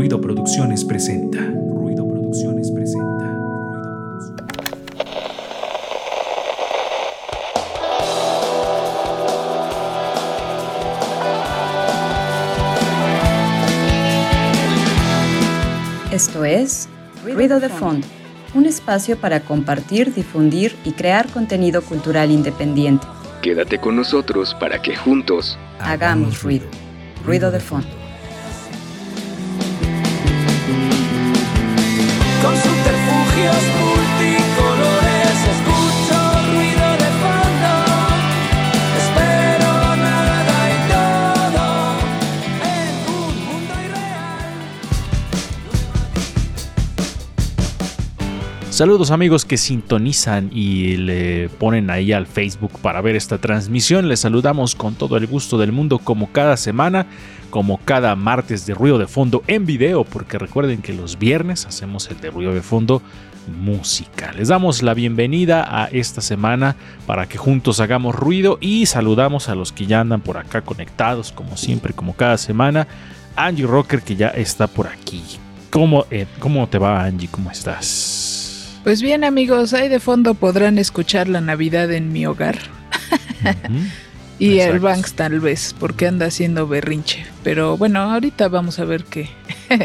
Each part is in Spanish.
Ruido Producciones presenta. Ruido Producciones presenta. Esto es Ruido de Fondo, un espacio para compartir, difundir y crear contenido cultural independiente. Quédate con nosotros para que juntos hagamos ruido. Ruido de Fondo. Con subterfugios multicolores escucho ruido de fondo. Espero nada y todo en un mundo irreal. Saludos amigos que sintonizan y le ponen ahí al Facebook para ver esta transmisión. Les saludamos con todo el gusto del mundo como cada semana, como cada martes de Ruido de Fondo en video, porque recuerden que los viernes hacemos el de Ruido de Fondo música. Les damos la bienvenida a esta semana para que juntos hagamos ruido y saludamos a los que ya andan por acá conectados como siempre, como cada semana. Angie Rocker, que ya está por aquí. ¿Cómo te va, Angie? ¿Cómo estás? Pues bien amigos, ahí de fondo podrán escuchar la Navidad en mi hogar. Y exacto. El Banks tal vez, porque anda haciendo berrinche. Pero bueno, ahorita vamos a ver qué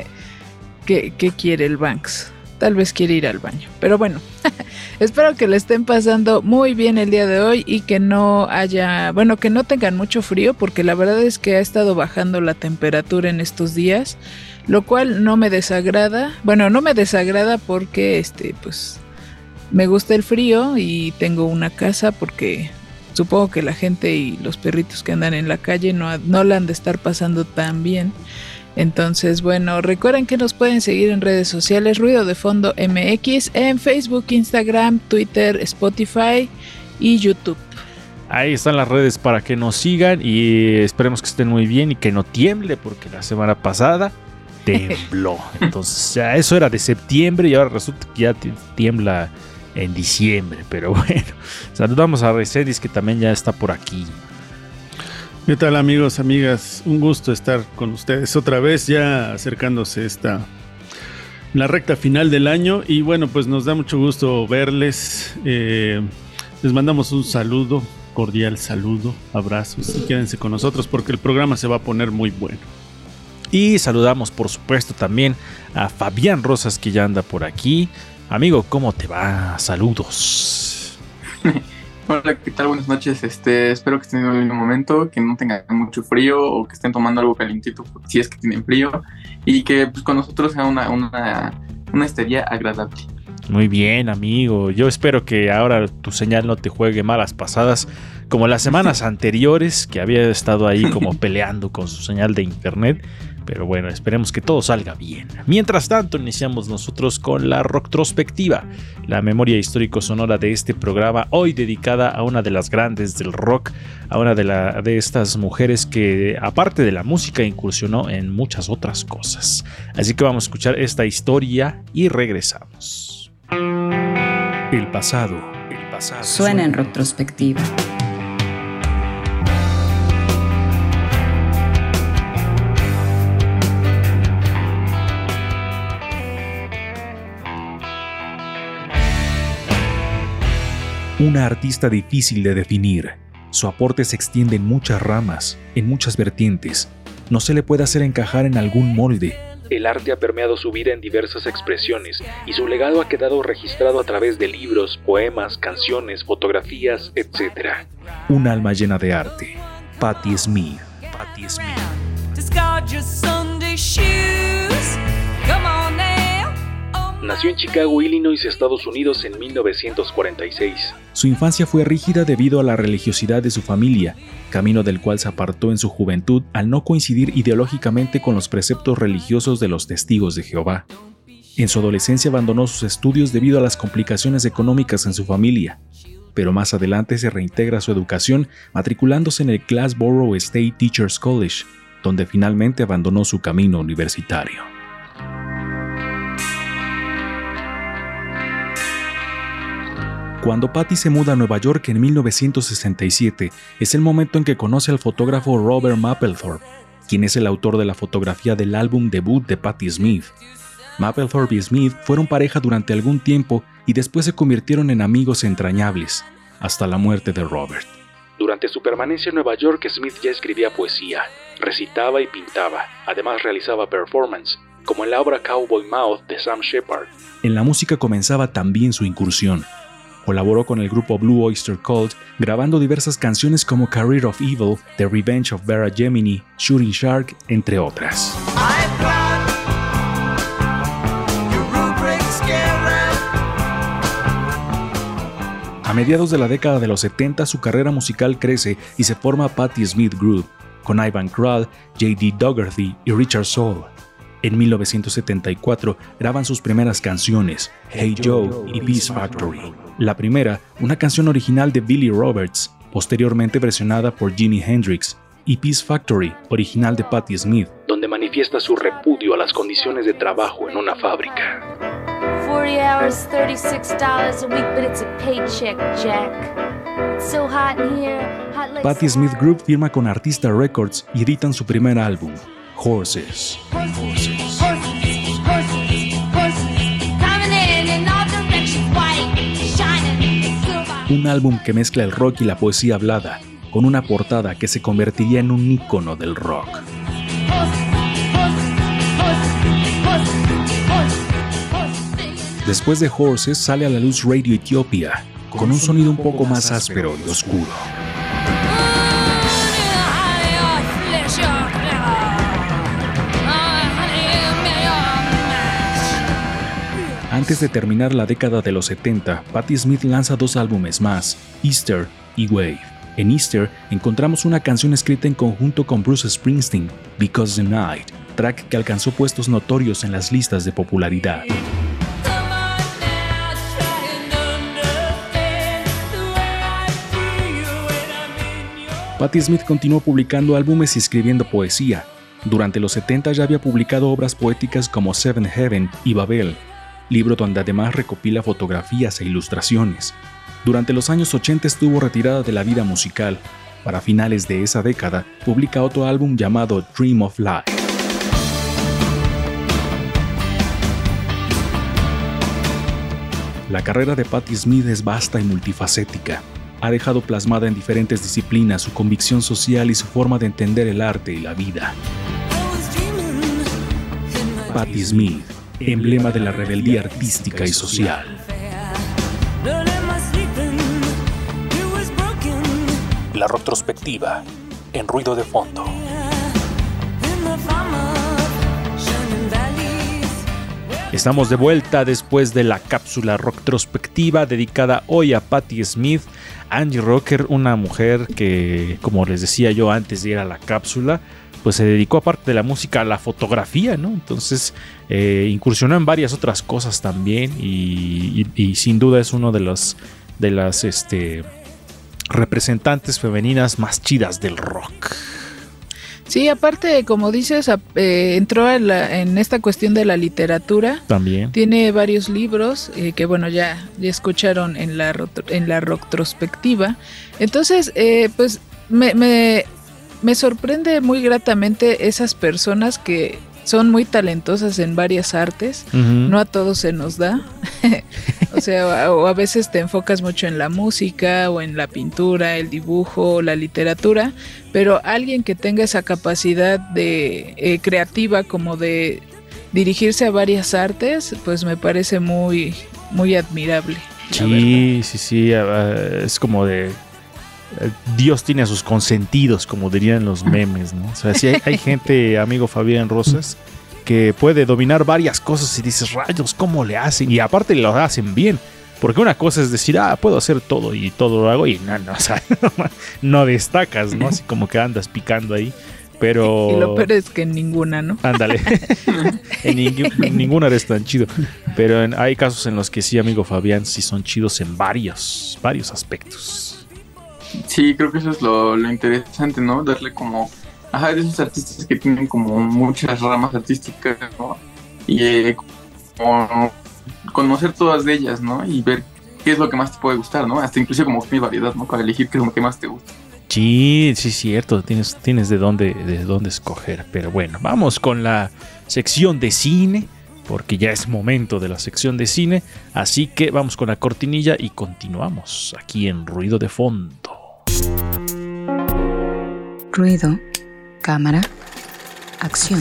quiere el Banks. Tal vez quiere ir al baño. Pero bueno, espero que le estén pasando muy bien el día de hoy y que no que no tengan mucho frío, porque la verdad es que ha estado bajando la temperatura en estos días, lo cual no me desagrada. Bueno, no me desagrada porque pues me gusta el frío y tengo una casa, porque supongo que la gente y los perritos que andan en la calle no la han de estar pasando tan bien. Entonces, bueno, recuerden que nos pueden seguir en redes sociales, Ruido de Fondo MX, en Facebook, Instagram, Twitter, Spotify y YouTube. Ahí están las redes para que nos sigan y esperemos que estén muy bien y que no tiemble, porque la semana pasada tembló. Entonces, ya eso era de septiembre y ahora resulta que ya tiembla en diciembre, pero bueno, saludamos a Recedis, que también ya está por aquí. ¿Qué tal amigos, amigas? Un gusto estar con ustedes otra vez, ya acercándose la recta final del año, y bueno, pues nos da mucho gusto verles. Les mandamos un saludo, cordial saludo, abrazos, y quédense con nosotros porque el programa se va a poner muy bueno. Y saludamos por supuesto también a Fabián Rosas, que ya anda por aquí. Amigo, ¿cómo te va? Saludos. Hola, ¿qué tal? Buenas noches. Espero que estén en un momento, que no tengan mucho frío o que estén tomando algo calientito si es que tienen frío, y que pues, con nosotros sea una estadía agradable. Muy bien, amigo. Yo espero que ahora tu señal no te juegue malas pasadas como las semanas anteriores, que había estado ahí como peleando con su señal de internet. Pero bueno, esperemos que todo salga bien. Mientras tanto, iniciamos nosotros con la Rocktrospectiva, la memoria histórico-sonora de este programa, hoy dedicada a una de las grandes del rock, a una de estas mujeres que, aparte de la música, incursionó en muchas otras cosas. Así que vamos a escuchar esta historia y regresamos. El pasado suena en Rocktrospectiva. Una artista difícil de definir. Su aporte se extiende en muchas ramas, en muchas vertientes. No se le puede hacer encajar en algún molde. El arte ha permeado su vida en diversas expresiones y su legado ha quedado registrado a través de libros, poemas, canciones, fotografías, etc. Un alma llena de arte. Patti Smith. Nació en Chicago, Illinois, Estados Unidos en 1946. Su infancia fue rígida debido a la religiosidad de su familia, camino del cual se apartó en su juventud al no coincidir ideológicamente con los preceptos religiosos de los Testigos de Jehová. En su adolescencia abandonó sus estudios debido a las complicaciones económicas en su familia, pero más adelante se reintegra a su educación matriculándose en el Glassboro State Teachers College, donde finalmente abandonó su camino universitario. Cuando Patti se muda a Nueva York en 1967, es el momento en que conoce al fotógrafo Robert Mapplethorpe. quien es el autor de la fotografía del álbum debut de Patti Smith. Mapplethorpe y Smith fueron pareja durante algún tiempo y después se convirtieron en amigos entrañables, hasta la muerte de Robert. Durante su permanencia en Nueva York, Smith ya escribía poesía, recitaba y pintaba, además realizaba performance, como en la obra Cowboy Mouth de Sam Shepard. En la música comenzaba también su incursión. Colaboró con el grupo Blue Oyster Cult, grabando diversas canciones como Career of Evil, The Revenge of Vera Gemini, Shooting Shark, entre otras. A mediados de la década de los 70, su carrera musical crece y se forma Patti Smith Group, con Ivan Krall, J.D. Dougherty y Richard Soul. En 1974 graban sus primeras canciones, Hey Joe y Peace Factory. La primera, una canción original de Billy Roberts, posteriormente versionada por Jimi Hendrix, y Peace Factory, original de Patti Smith, donde manifiesta su repudio a las condiciones de trabajo en una fábrica. 40 hours, $36 a week, but it's a paycheck, Jack. It's so hot in here, hot like Patti Smith Group firma con Artista Records y editan su primer álbum, Horses. Un álbum que mezcla el rock y la poesía hablada, con una portada que se convertiría en un ícono del rock. Después de Horses sale a la luz Radio Ethiopia, con un sonido un poco más áspero y oscuro. Antes de terminar la década de los 70, Patti Smith lanza 2 álbumes más, Easter y Wave. En Easter encontramos una canción escrita en conjunto con Bruce Springsteen, Because the Night, track que alcanzó puestos notorios en las listas de popularidad. Patti Smith continuó publicando álbumes y escribiendo poesía. Durante los 70 ya había publicado obras poéticas como Seven Heaven y Babel, libro donde además recopila fotografías e ilustraciones. Durante los años 80 estuvo retirada de la vida musical. Para finales de esa década, publica otro álbum llamado Dream of Life. La carrera de Patti Smith es vasta y multifacética. Ha dejado plasmada en diferentes disciplinas su convicción social y su forma de entender el arte y la vida. Patti Smith, emblema de la rebeldía artística y social. La retrospectiva en Ruido de Fondo. Estamos de vuelta después de la cápsula retrospectiva dedicada hoy a Patti Smith. Angie Rocker, una mujer que, como les decía yo antes de ir a la cápsula, pues se dedicó, aparte de la música, a la fotografía, ¿no? Entonces incursionó en varias otras cosas también y sin duda es uno de las representantes femeninas más chidas del rock. Sí, aparte, como dices, entró en esta cuestión de la literatura. También. Tiene varios libros que, bueno, ya escucharon en la retrospectiva. Entonces, pues me sorprende muy gratamente esas personas que son muy talentosas en varias artes. Uh-huh. No a todos se nos da. O sea, o a veces te enfocas mucho en la música o en la pintura, el dibujo, la literatura, pero alguien que tenga esa capacidad de creativa como de dirigirse a varias artes, pues me parece muy, muy admirable. Sí, es como de Dios tiene a sus consentidos, como dirían los memes, ¿no? O sea, sí hay gente, amigo Fabián Rosas, que puede dominar varias cosas y dices, rayos, ¿cómo le hacen? Y aparte lo hacen bien, porque una cosa es decir, puedo hacer todo y todo lo hago y no, o sea, no destacas, ¿no? Así como que andas picando ahí, pero... Y lo peor es que en ninguna, ¿no? Ándale, en ninguna eres tan chido, pero hay casos en los que sí, amigo Fabián, sí son chidos en varios aspectos. Sí, creo que eso es lo interesante, ¿no? Darle como... de esos artistas que tienen como muchas ramas artísticas, ¿no? Y como conocer todas de ellas, ¿no? Y ver qué es lo que más te puede gustar, ¿no? Hasta incluso como mi variedad, ¿no? Para elegir qué es lo que más te gusta. Sí, sí, cierto, tienes de dónde escoger. Pero bueno, vamos con la sección de cine, porque ya es momento de la sección de cine. Así que vamos con la cortinilla y continuamos aquí en Ruido de Fondo. Ruido, cámara, acción.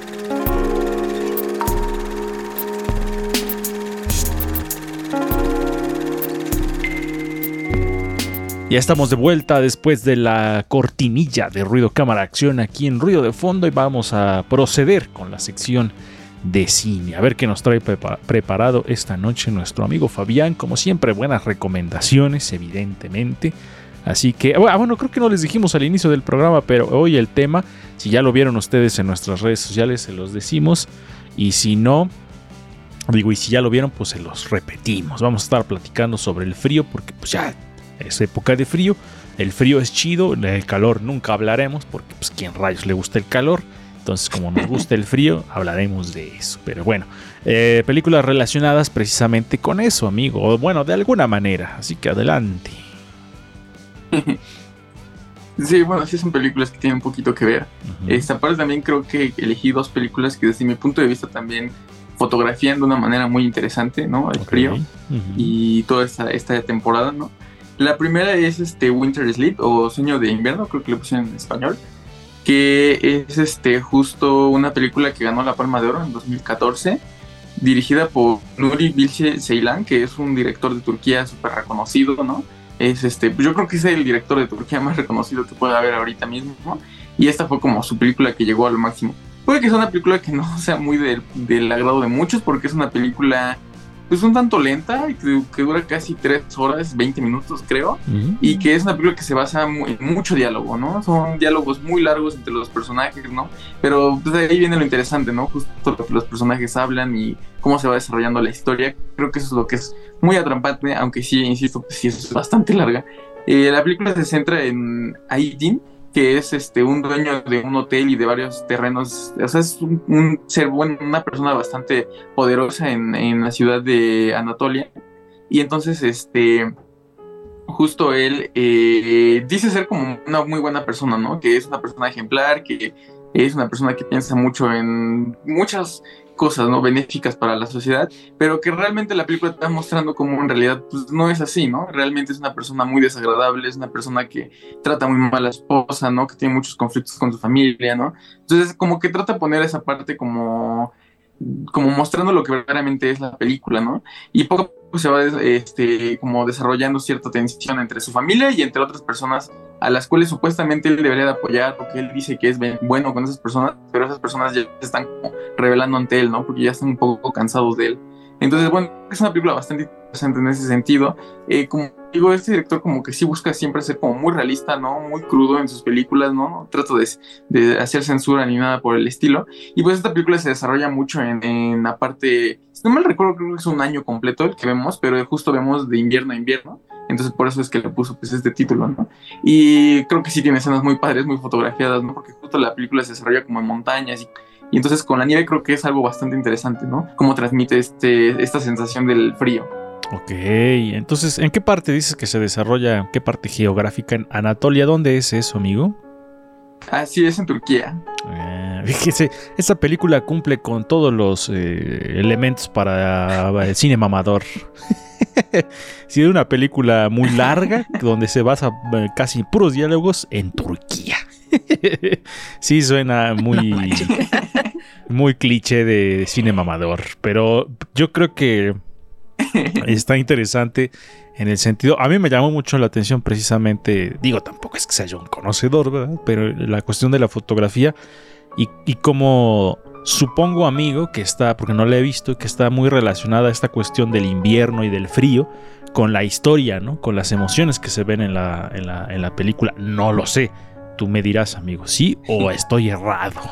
Ya estamos de vuelta después de la cortinilla de Ruido, Cámara, Acción aquí en Ruido de Fondo y vamos a proceder con la sección de cine. A ver qué nos trae preparado esta noche nuestro amigo Fabián. Como siempre, buenas recomendaciones, evidentemente. Así que, bueno, creo que no les dijimos al inicio del programa, pero hoy el tema, si ya lo vieron ustedes en nuestras redes sociales, se los decimos. Y si no, y si ya lo vieron, pues se los repetimos. Vamos a estar platicando sobre el frío, porque pues ya es época de frío. El frío es chido, del calor nunca hablaremos, porque pues quién rayos le gusta el calor. Entonces, como nos gusta el frío, hablaremos de eso. Pero bueno, películas relacionadas precisamente con eso, amigo. O bueno, de alguna manera. Así que adelante. Sí, bueno, sí son películas que tienen un poquito que ver. Aparte también creo que elegí dos películas que desde mi punto de vista también fotografían de una manera muy interesante, ¿no? El frío y toda esta temporada, ¿no? La primera es Winter Sleep o Sueño de Invierno, creo que lo pusieron en español, que es justo una película que ganó la Palma de Oro en 2014, dirigida por Nuri Bilge Ceylan, que es un director de Turquía súper reconocido, ¿no? Es yo creo que es el director de Turquía más reconocido que puede haber ahorita mismo, ¿no? Y esta fue como su película que llegó al máximo. Puede que sea una película que no sea muy del agrado de muchos, porque es una película pues un tanto lenta, que dura casi 3 horas, 20 minutos creo, y que es una película que se basa en mucho diálogo, ¿no? Son diálogos muy largos entre los personajes, ¿no? Pero pues, de ahí viene lo interesante, ¿no? Justo lo que los personajes hablan y cómo se va desarrollando la historia. Creo que eso es lo que es muy atrapante, aunque sí, insisto, pues sí es bastante larga. La película se centra en Aydin, que es un dueño de un hotel y de varios terrenos. O sea, es un ser bueno, una persona bastante poderosa en la ciudad de Anatolia. Y entonces, justo él dice ser como una muy buena persona, ¿no? Que es una persona ejemplar, que es una persona que piensa mucho en muchas cosas, ¿no? Benéficas para la sociedad, pero que realmente la película está mostrando como en realidad pues, no es así, ¿no? Realmente es una persona muy desagradable, es una persona que trata muy mal a la esposa, ¿no? Que tiene muchos conflictos con su familia, ¿no? Entonces como que trata de poner esa parte como mostrando lo que verdaderamente es la película, ¿no? Y poco a poco se va como desarrollando cierta tensión entre su familia y entre otras personas a las cuales supuestamente él debería de apoyar, porque él dice que es bueno con esas personas, pero esas personas ya se están como revelando ante él, ¿no? Porque ya están un poco cansados de él. Entonces, bueno, es una película bastante interesante en ese sentido. Como digo, este director como que sí busca siempre ser como muy realista, ¿no? Muy crudo en sus películas, ¿no? No trato de hacer censura ni nada por el estilo. Y pues esta película se desarrolla mucho en la parte, si no mal recuerdo, creo que es un año completo el que vemos, pero justo vemos de invierno a invierno. Entonces por eso es que le puso pues este título, ¿no? Y creo que sí tiene escenas muy padres, muy fotografiadas, ¿no? Porque justo la película se desarrolla como en montañas y entonces con la nieve creo que es algo bastante interesante, ¿no? Cómo transmite esta sensación del frío. Ok, entonces, ¿en qué parte dices que se desarrolla, qué parte geográfica en Anatolia? ¿Dónde es eso, amigo? Así es, en Turquía. Fíjese, esa película cumple con todos los elementos para el cine mamador. Sí, es una película muy larga, donde se basa casi en puros diálogos en Turquía. Sí, suena muy cliché de cine mamador, pero yo creo que está interesante en el sentido, a mí me llamó mucho la atención precisamente, digo, tampoco es que sea yo un conocedor, ¿verdad? Pero la cuestión de la fotografía y como supongo, amigo, que está, porque no la he visto, que está muy relacionada a esta cuestión del invierno y del frío con la historia, ¿no? Con las emociones que se ven en la película. No lo sé. Tú me dirás, amigo, ¿sí o estoy errado?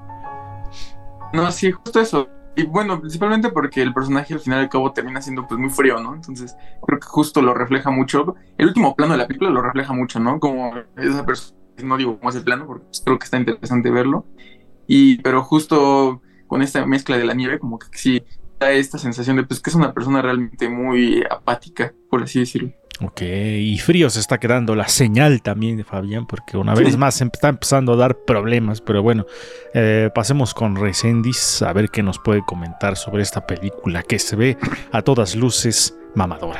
No, sí, justo eso. Y bueno, principalmente porque el personaje al final y al cabo termina siendo pues muy frío, ¿no? Entonces creo que justo lo refleja mucho. El último plano de la película lo refleja mucho, ¿no? Como esa persona, no digo cómo es el plano, porque pues, creo que está interesante verlo. Pero justo con esta mezcla de la nieve, como que sí da esta sensación de pues que es una persona realmente muy apática, por así decirlo. Ok, y frío se está quedando la señal también de Fabián, porque una vez más está empezando a dar problemas, pero bueno, pasemos con Reséndiz a ver qué nos puede comentar sobre esta película que se ve a todas luces mamadora.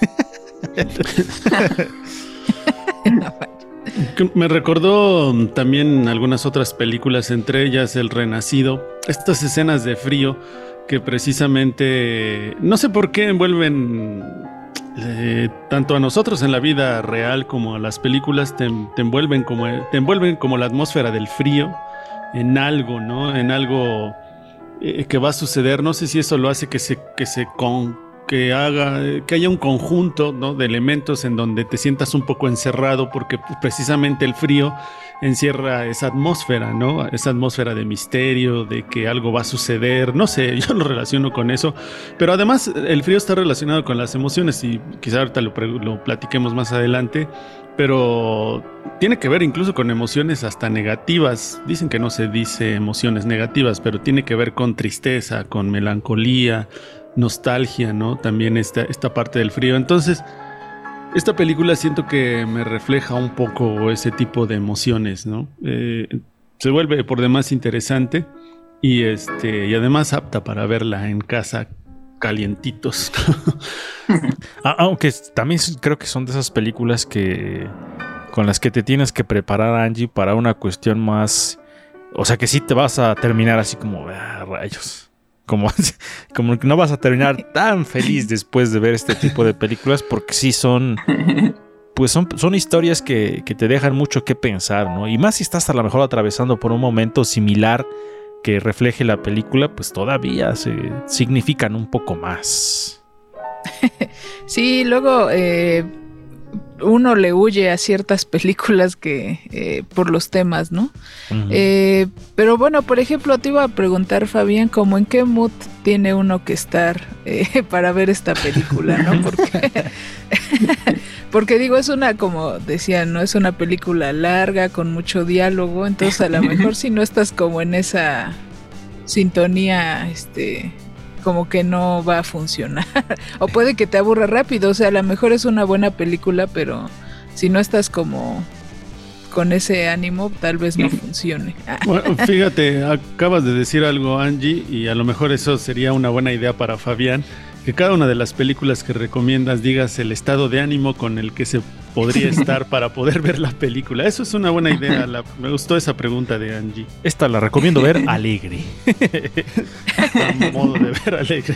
Me recordó también algunas otras películas, entre ellas El Renacido, estas escenas de frío que precisamente, no sé por qué envuelven tanto a nosotros en la vida real como a las películas, te envuelven como la atmósfera del frío en algo, ¿no? En algo que va a suceder. No sé si eso lo hace que haya un conjunto, ¿no?, de elementos en donde te sientas un poco encerrado, porque precisamente el frío encierra esa atmósfera, ¿no? Esa atmósfera de misterio, de que algo va a suceder. No sé, yo lo relaciono con eso. Pero además el frío está relacionado con las emociones y quizá ahorita lo platiquemos más adelante. Pero tiene que ver incluso con emociones hasta negativas. Dicen que no se dice emociones negativas, pero tiene que ver con tristeza, con melancolía, nostalgia, ¿no? También esta parte del frío. Entonces, esta película siento que me refleja un poco ese tipo de emociones, ¿no? Se vuelve por demás interesante y además apta para verla en casa calientitos. Aunque también creo que son de esas películas con las que te tienes que preparar, Angie, para una cuestión más... O sea, que sí te vas a terminar así como... rayos. Como que no vas a terminar tan feliz después de ver este tipo de películas, porque sí son historias que te dejan mucho que pensar, ¿no? Y más si estás a lo mejor atravesando por un momento similar que refleje la película, pues todavía se significan un poco más. Sí, luego uno le huye a ciertas películas que por los temas, ¿no? Uh-huh. Pero bueno, por ejemplo, te iba a preguntar, Fabián, ¿cómo en qué mood tiene uno que estar para ver esta película, ¿no? Porque digo, es una, como decían, ¿no? Es una película larga, con mucho diálogo, entonces a lo mejor si no estás como en esa sintonía, como que no va a funcionar. O puede que te aburra rápido, o sea, a lo mejor es una buena película, pero si no estás como con ese ánimo, tal vez no funcione. Bueno, fíjate, acabas de decir algo, Angie, y a lo mejor eso sería una buena idea para Fabián, que cada una de las películas que recomiendas digas el estado de ánimo con el que se podría estar para poder ver la película. Eso es una buena idea. Me gustó esa pregunta de Angie. Esta la recomiendo ver alegre. A modo de ver alegre.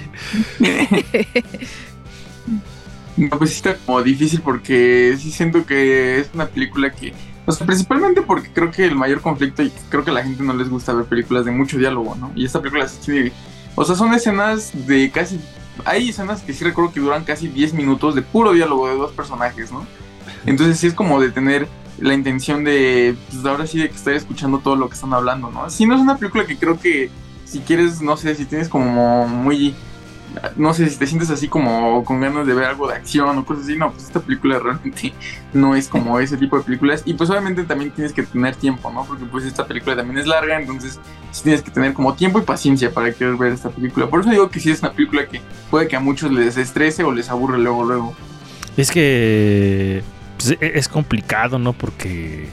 No, pues sí está como difícil porque sí siento que es una película que... O sea, principalmente porque creo que el mayor conflicto, y creo que a la gente no les gusta ver películas de mucho diálogo, ¿no? Y esta película sí... O sea, son escenas de casi... Hay escenas que sí recuerdo que duran casi 10 minutos de puro diálogo de dos personajes, ¿no? Entonces sí es como de tener la intención de, pues ahora sí, de que estar escuchando todo lo que están hablando, ¿no? Sí, no es una película que creo que si quieres, no sé, si tienes como muy... No sé, si te sientes así como con ganas de ver algo de acción o cosas así, no, pues esta película realmente no es como ese tipo de películas. Y pues obviamente también tienes que tener tiempo, ¿no? Porque pues esta película también es larga, entonces sí tienes que tener como tiempo y paciencia para querer ver esta película. Por eso digo que sí es una película que puede que a muchos les estrese o les aburre luego. Es que pues, es complicado, ¿no? Porque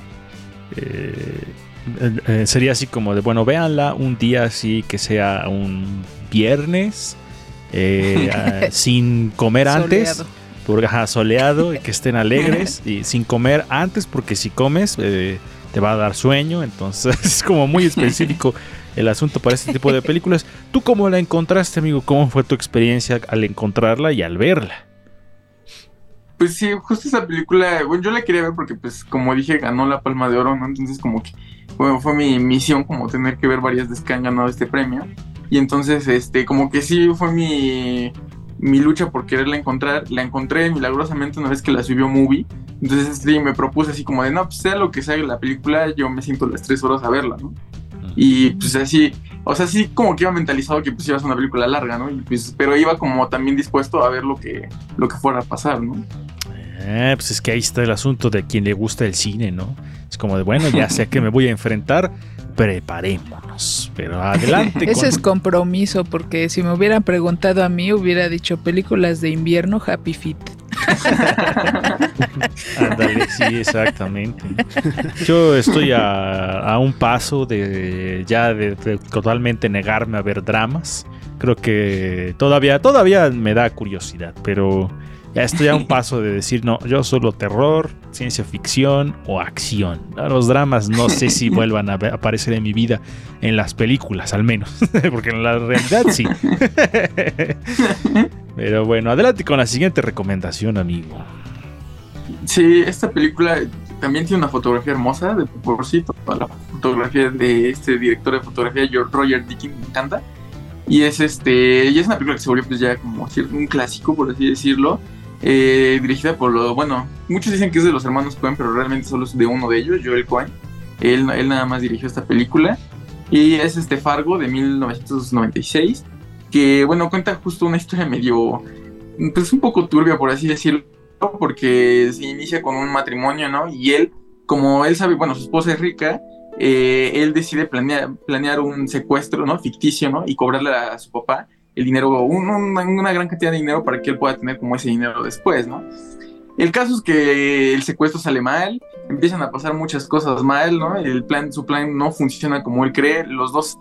sería así como de, bueno, véanla un día así que sea un viernes, sin comer antes, soleado, y que estén alegres y sin comer antes, porque si comes te va a dar sueño. Entonces es como muy específico el asunto para este tipo de películas. ¿Tú cómo la encontraste, amigo? ¿Cómo fue tu experiencia al encontrarla y al verla? Pues sí, justo esa película, bueno, yo la quería ver porque pues como dije ganó la Palma de Oro, ¿no? Entonces como que bueno, fue mi misión como tener que ver varias veces que han ganado este premio. Y entonces, como que sí fue mi lucha por quererla encontrar. La encontré milagrosamente una vez que la subió Movie. Entonces, sí, me propuse así como de, no, pues sea lo que sea la película, yo me siento las 3 horas a verla, ¿no? Y pues así, o sea, sí como que iba mentalizado que pues iba a ser una película larga, ¿no? Y, pues, pero iba como también dispuesto a ver lo que fuera a pasar, ¿no? Pues es que ahí está el asunto de quien le gusta el cine, ¿no? Es como de, bueno, ya sé a qué me voy a enfrentar, preparémonos. Pero adelante. Ese es compromiso, porque si me hubieran preguntado a mí, hubiera dicho películas de invierno, Happy Feet. Ándale, sí, exactamente. Yo estoy a un paso de totalmente negarme a ver dramas. Creo que todavía me da curiosidad, pero ya estoy a un paso de decir, no, yo solo terror, ciencia ficción o acción. Los dramas no sé si vuelvan a aparecer en mi vida, en las películas al menos, porque en la realidad sí. Pero bueno, adelante con la siguiente recomendación, amigo. Sí, esta película también tiene una fotografía hermosa, de por sí, toda la fotografía de este director de fotografía, Roger Deakins, me encanta. Y es y es una película que se volvió pues ya como un clásico, por así decirlo. Dirigida por muchos dicen que es de los hermanos Coen, pero realmente solo es de uno de ellos, Joel Coen. Él nada más dirigió esta película. Y es Fargo de 1996, que cuenta justo una historia medio, pues un poco turbia, por así decirlo, porque se inicia con un matrimonio, ¿no? Y él, como él sabe, su esposa es rica, él decide planear un secuestro, ¿no? Ficticio, ¿no? Y cobrarle a su papá el dinero, una gran cantidad de dinero para que él pueda tener como ese dinero después, ¿no? El caso es que el secuestro sale mal, empiezan a pasar muchas cosas mal, ¿no? Su plan no funciona como él cree, los dos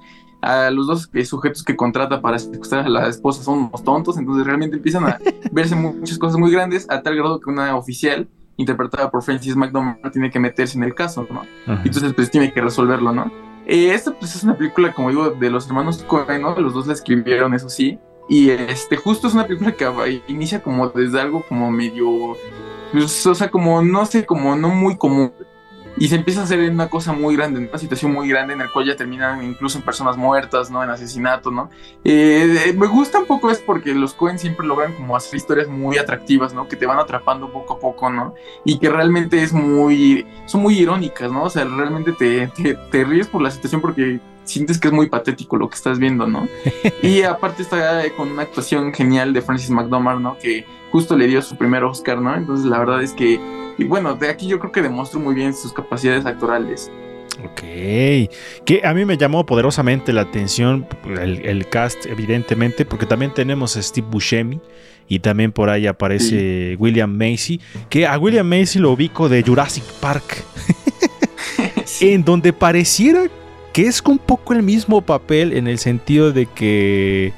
sujetos que contrata para secuestrar a la esposa son unos tontos, entonces realmente empiezan a verse muchas cosas muy grandes, a tal grado que una oficial interpretada por Frances McDormand tiene que meterse en el caso, ¿no? Uh-huh. Entonces pues tiene que resolverlo, ¿no? Esta pues es una película, como digo, de los hermanos Coen, ¿no? Los dos la escribieron, eso sí, y justo es una película que inicia como desde algo como medio, pues, o sea, como no sé, como no muy común, y se empieza a hacer una cosa muy grande, una situación muy grande en la cual ya terminan incluso en personas muertas, ¿no? En asesinato, ¿no? Me gusta un poco es porque los Coen siempre logran como hacer historias muy atractivas, ¿no? Que te van atrapando poco a poco, ¿no? Y que realmente son muy irónicas, ¿no? O sea, realmente te ríes por la situación porque sientes que es muy patético lo que estás viendo, ¿no? Y aparte está con una actuación genial de Frances McDormand, ¿no? Que justo le dio su primer Oscar, ¿no? Entonces la verdad es que, y de aquí yo creo que demostró muy bien sus capacidades actorales. Ok, que a mí me llamó poderosamente la atención el cast, evidentemente, porque también tenemos a Steve Buscemi y también por ahí aparece William Macy, que a William Macy lo ubico de Jurassic Park, sí. En donde pareciera que es un poco el mismo papel en el sentido de que...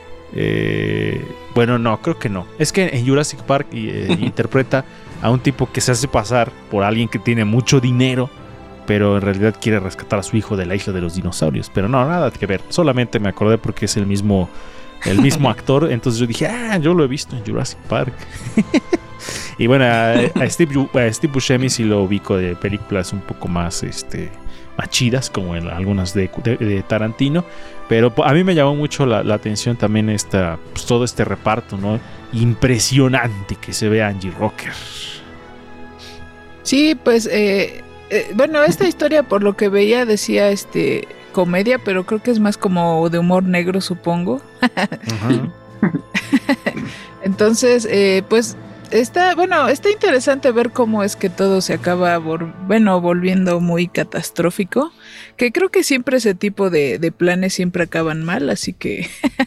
no, creo que no. Es que en Jurassic Park interpreta a un tipo que se hace pasar por alguien que tiene mucho dinero, pero en realidad quiere rescatar a su hijo de la isla de los dinosaurios. Pero no, nada que ver. Solamente me acordé porque es el mismo actor. Entonces yo dije, yo lo he visto en Jurassic Park. Y a Steve Buscemi sí lo ubico de películas un poco más más chidas, como en algunas de Tarantino, pero a mí me llamó mucho la atención también pues, todo este reparto, ¿no? Impresionante que se ve Angie Rocker. Sí, pues esta historia por lo que veía decía comedia, pero creo que es más como de humor negro, supongo. Entonces, pues está interesante ver cómo es que todo se acaba volviendo muy catastrófico, que creo que siempre ese tipo de planes siempre acaban mal, así que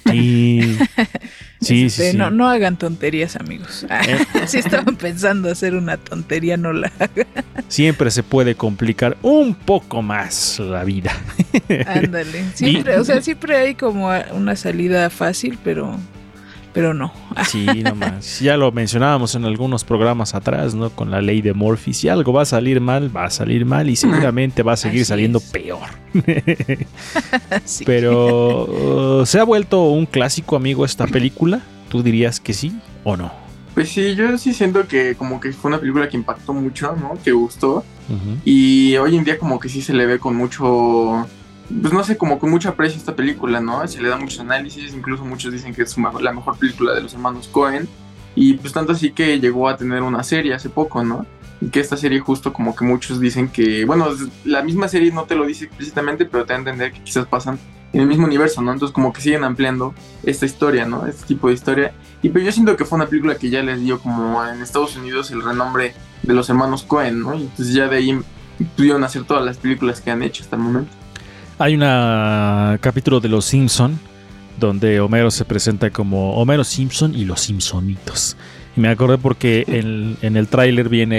sí. No hagan tonterías, amigos. Si estaban pensando hacer una tontería, no la hagan. Siempre se puede complicar un poco más la vida. Ándale, siempre hay como una salida fácil, pero no. Sí, nomás. Ya lo mencionábamos en algunos programas atrás, ¿no? Con la ley de Murphy. Si algo va a salir mal y seguramente va a seguir saliendo peor. Sí. Pero ¿se ha vuelto un clásico, amigo, esta película? ¿Tú dirías que sí o no? Pues sí, yo sí siento que como que fue una película que impactó mucho, ¿no? Que gustó. Uh-huh. Y hoy en día como que sí se le ve con mucho... Pues no sé, como con mucho aprecio esta película, ¿no? Se le da muchos análisis, incluso muchos dicen que es la mejor película de los hermanos Coen, y pues tanto así que llegó a tener una serie hace poco, ¿no? Y que esta serie justo como que muchos dicen que, la misma serie no te lo dice explícitamente, pero te da a entender que quizás pasan en el mismo universo, ¿no? Entonces como que siguen ampliando esta historia, ¿no? Este tipo de historia. Y pero yo siento que fue una película que ya les dio como en Estados Unidos el renombre de los hermanos Coen, ¿no? Y entonces ya de ahí pudieron hacer todas las películas que han hecho hasta el momento. Hay un capítulo de Los Simpson donde Homero se presenta como Homero Simpson y los Simpsonitos. Y me acordé porque en el tráiler viene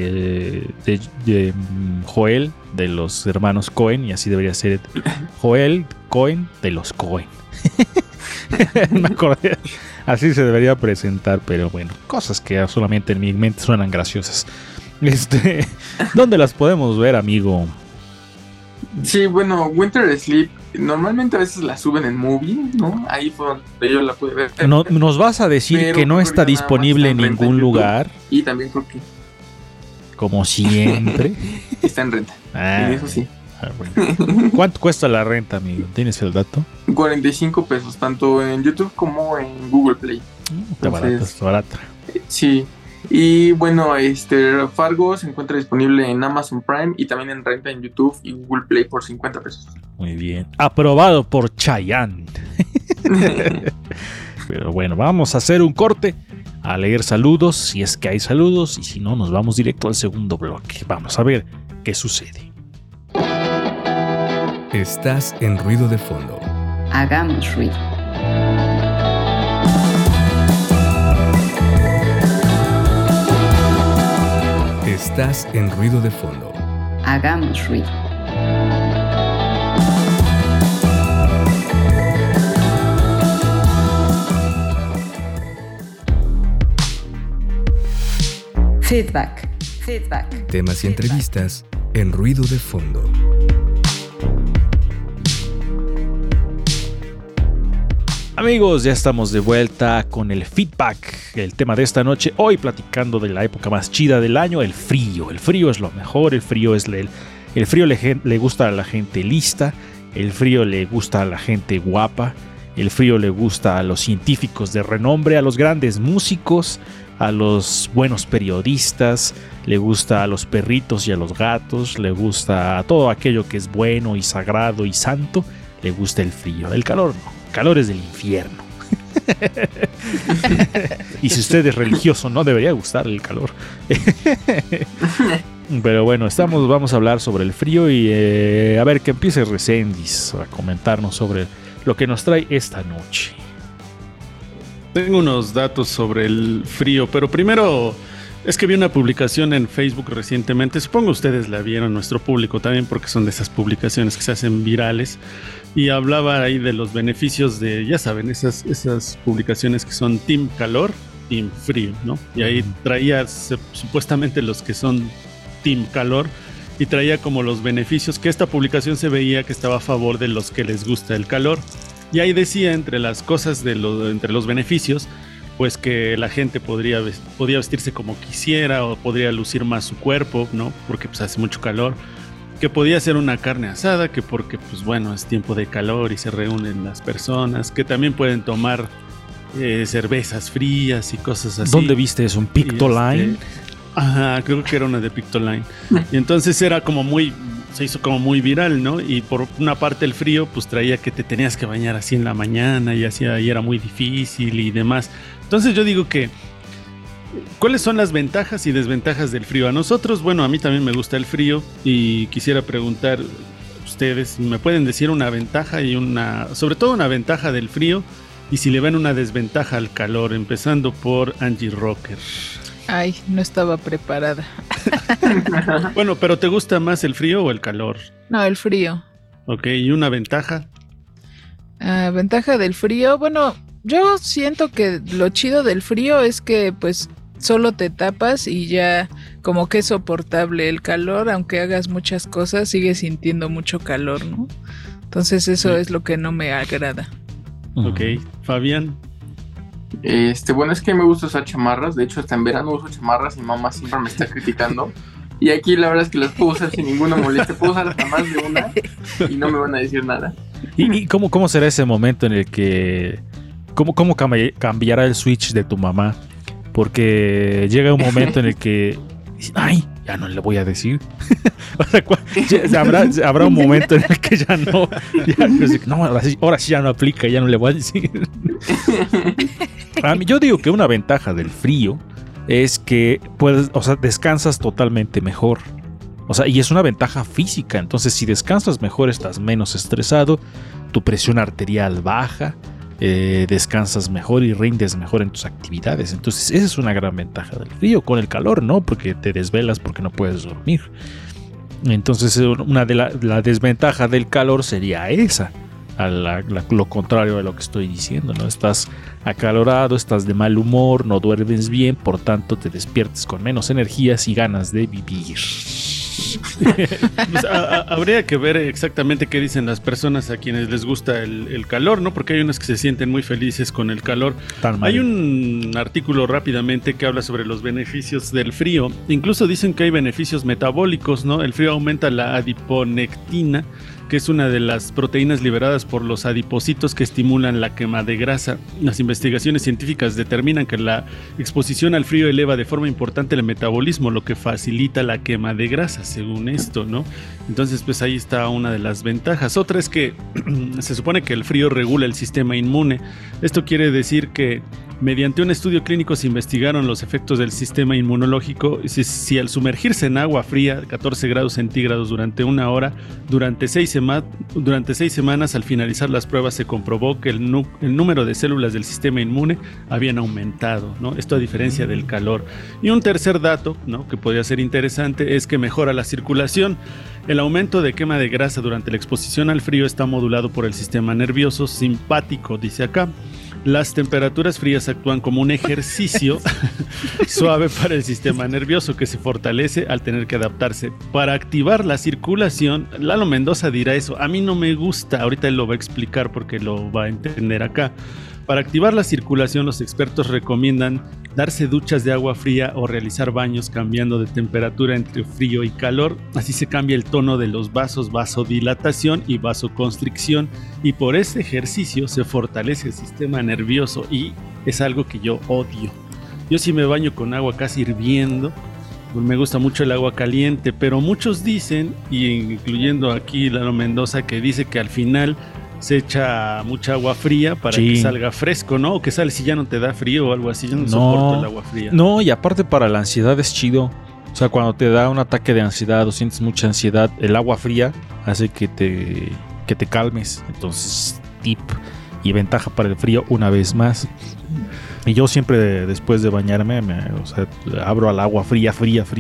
de Joel, de los hermanos Coen, y así debería ser Joel Coen de los Coen. Me acordé, así se debería presentar, pero bueno, cosas que solamente en mi mente suenan graciosas. ¿Dónde las podemos ver, amigo? Sí, bueno, Winter Sleep, normalmente a veces la suben en Movie, ¿no? Ahí fue donde yo la pude ver. No, ¿nos vas a decir Pero que no creo está que nada más disponible en está renta ningún YouTube. lugar? Y también creo que Como siempre. está en renta. Ah, Y eso sí. bueno. ¿Cuánto cuesta la renta, amigo? ¿Tienes el dato? 45 pesos, tanto en YouTube como en Google Play. Está barata, está barata. Sí. Y bueno, Fargo se encuentra disponible en Amazon Prime y también en renta en YouTube y Google Play por 50 pesos. Muy bien. Aprobado por Chayanne. Pero bueno, vamos a hacer un corte, a leer saludos, si es que hay saludos, y si no, nos vamos directo al segundo bloque. Vamos a ver qué sucede. Estás en Ruido de Fondo. Hagamos ruido. Estás en Ruido de Fondo. Hagamos ruido. Feedback. Temas y entrevistas en Ruido de Fondo. Amigos, ya estamos de vuelta con el feedback, el tema de esta noche. Hoy platicando de la época más chida del año, el frío. El frío es lo mejor, el frío es el frío le gusta a la gente lista, el frío le gusta a la gente guapa, el frío le gusta a los científicos de renombre, a los grandes músicos, a los buenos periodistas, le gusta a los perritos y a los gatos, le gusta a todo aquello que es bueno y sagrado y santo, le gusta el frío. El calor no, el calor es del infierno. Y si usted es religioso, no debería gustar el calor. Pero bueno, vamos a hablar sobre el frío y a ver que empiece Reséndiz a comentarnos sobre lo que nos trae esta noche. Tengo unos datos sobre el frío, pero primero es que vi una publicación en Facebook recientemente, supongo ustedes la vieron, nuestro público también, porque son de esas publicaciones que se hacen virales, y hablaba ahí de los beneficios de, ya saben, esas publicaciones que son Team Calor, Team Frío, ¿no? Y ahí traía supuestamente los que son Team Calor, y traía como los beneficios, que esta publicación se veía que estaba a favor de los que les gusta el calor. Y ahí decía, entre las cosas, entre los beneficios, pues que la gente podía vestirse como quisiera o podría lucir más su cuerpo, ¿no? Porque pues hace mucho calor. Que podía hacer una carne asada, que porque pues bueno, es tiempo de calor y se reúnen las personas. Que también pueden tomar cervezas frías y cosas así. ¿Dónde viste eso? ¿Un Pictoline? Ajá, creo que era una de Pictoline. Y entonces era como se hizo como muy viral, ¿no? Y por una parte el frío pues traía que te tenías que bañar así en la mañana y era muy difícil y demás. Entonces yo digo que ¿cuáles son las ventajas y desventajas del frío? A nosotros, bueno, a mí también me gusta el frío y quisiera preguntar ustedes, ¿me pueden decir una ventaja sobre todo una ventaja del frío y si le ven una desventaja al calor? Empezando por Angie Rocker. Ay, no estaba preparada. Bueno, pero ¿te gusta más el frío o el calor? No, el frío. Ok, ¿y una ventaja? Ventaja del frío, bueno, yo siento que lo chido del frío es que pues solo te tapas y ya como que es soportable el calor, aunque hagas muchas cosas, sigues sintiendo mucho calor, ¿no? Entonces eso es lo que no me agrada. Ok, Fabián. Bueno, es que me gusta usar chamarras. De hecho, hasta en verano uso chamarras y mamá siempre me está criticando. Y aquí la verdad es que las puedo usar sin ninguna molestia. Puedo usar hasta más de una y no me van a decir nada. ¿Y cómo será ese momento en el que... ¿Cómo cambiará el switch de tu mamá? Porque llega un momento en el que... ¡Ay! Ya no le voy a decir. O sea, habrá un momento en el que ya no... ahora sí ya no aplica, ya no le voy a decir. Yo digo que una ventaja del frío es que descansas totalmente mejor. O sea, y es una ventaja física. Entonces, si descansas mejor, estás menos estresado, tu presión arterial baja, descansas mejor y rindes mejor en tus actividades. Entonces esa es una gran ventaja del frío. Con el calor no, porque te desvelas porque no puedes dormir. Entonces una de la desventaja del calor sería esa, lo contrario de lo que estoy diciendo, ¿no? Estás acalorado, estás de mal humor, no duermes bien, por tanto te despiertes con menos energías y ganas de vivir. Pues, habría que ver exactamente qué dicen las personas a quienes les gusta el calor, ¿no? Porque hay unas que se sienten muy felices con el calor. Hay un artículo rápidamente que habla sobre los beneficios del frío. Incluso dicen que hay beneficios metabólicos, ¿no? El frío aumenta la adiponectina, que es una de las proteínas liberadas por los adipocitos que estimulan la quema de grasa. Las investigaciones científicas determinan que la exposición al frío eleva de forma importante el metabolismo, lo que facilita la quema de grasa, según esto, ¿no? Entonces, pues ahí está una de las ventajas. Otra es que se supone que el frío regula el sistema inmune. Esto quiere decir que mediante un estudio clínico se investigaron los efectos del sistema inmunológico. Si al sumergirse en agua fría, 14 grados centígrados durante una hora, durante 6 semanas, al finalizar las pruebas se comprobó que el número de células del sistema inmune habían aumentado, ¿no? Esto a diferencia del calor. Y un tercer dato, ¿no?, que podría ser interesante, es que mejora la circulación. El aumento de quema de grasa durante la exposición al frío está modulado por el sistema nervioso simpático, dice acá. Las temperaturas frías actúan como un ejercicio suave para el sistema nervioso que se fortalece al tener que adaptarse. Para activar la circulación, Lalo Mendoza dirá eso. A mí no me gusta, ahorita él lo va a explicar porque lo va a entender acá. Para activar la circulación, los expertos recomiendan darse duchas de agua fría o realizar baños cambiando de temperatura entre frío y calor. Así se cambia el tono de los vasos, vasodilatación y vasoconstricción, y por este ejercicio se fortalece el sistema nervioso, y es algo que yo odio. Yo sí me baño con agua casi hirviendo, me gusta mucho el agua caliente, pero muchos dicen, y incluyendo aquí Lalo Mendoza, que dice que al final se echa mucha agua fría para que salga fresco, ¿no? O que sale si ya no te da frío o algo así. Yo no soporto el agua fría. No, y aparte para la ansiedad es chido. O sea, cuando te da un ataque de ansiedad o sientes mucha ansiedad, el agua fría hace que te calmes. Entonces, tip y ventaja para el frío una vez más. Y yo siempre después de bañarme, abro al agua fría.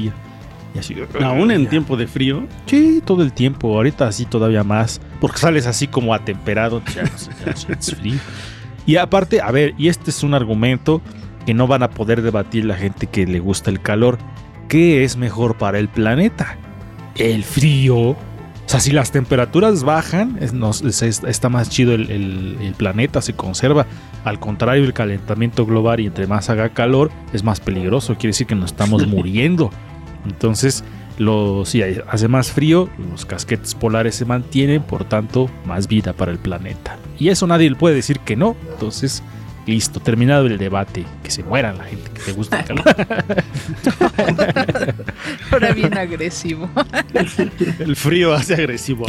Y así, ¿aún en tiempo de frío? Sí, todo el tiempo. Ahorita así todavía más. Porque sales así como atemperado. Ya es frío. Y aparte, a ver, y este es un argumento que no van a poder debatir la gente que le gusta el calor. ¿Qué es mejor para el planeta? El frío. O sea, si las temperaturas bajan, está más chido el planeta, se conserva. Al contrario, el calentamiento global, y entre más haga calor, es más peligroso. Quiere decir que nos estamos muriendo. Entonces, si hace más frío, los casquetes polares se mantienen, por tanto, más vida para el planeta. Y eso nadie le puede decir que no. Entonces, listo, terminado el debate. Que se muera la gente que le gusta el calor. Ahora bien agresivo. El frío hace agresivo.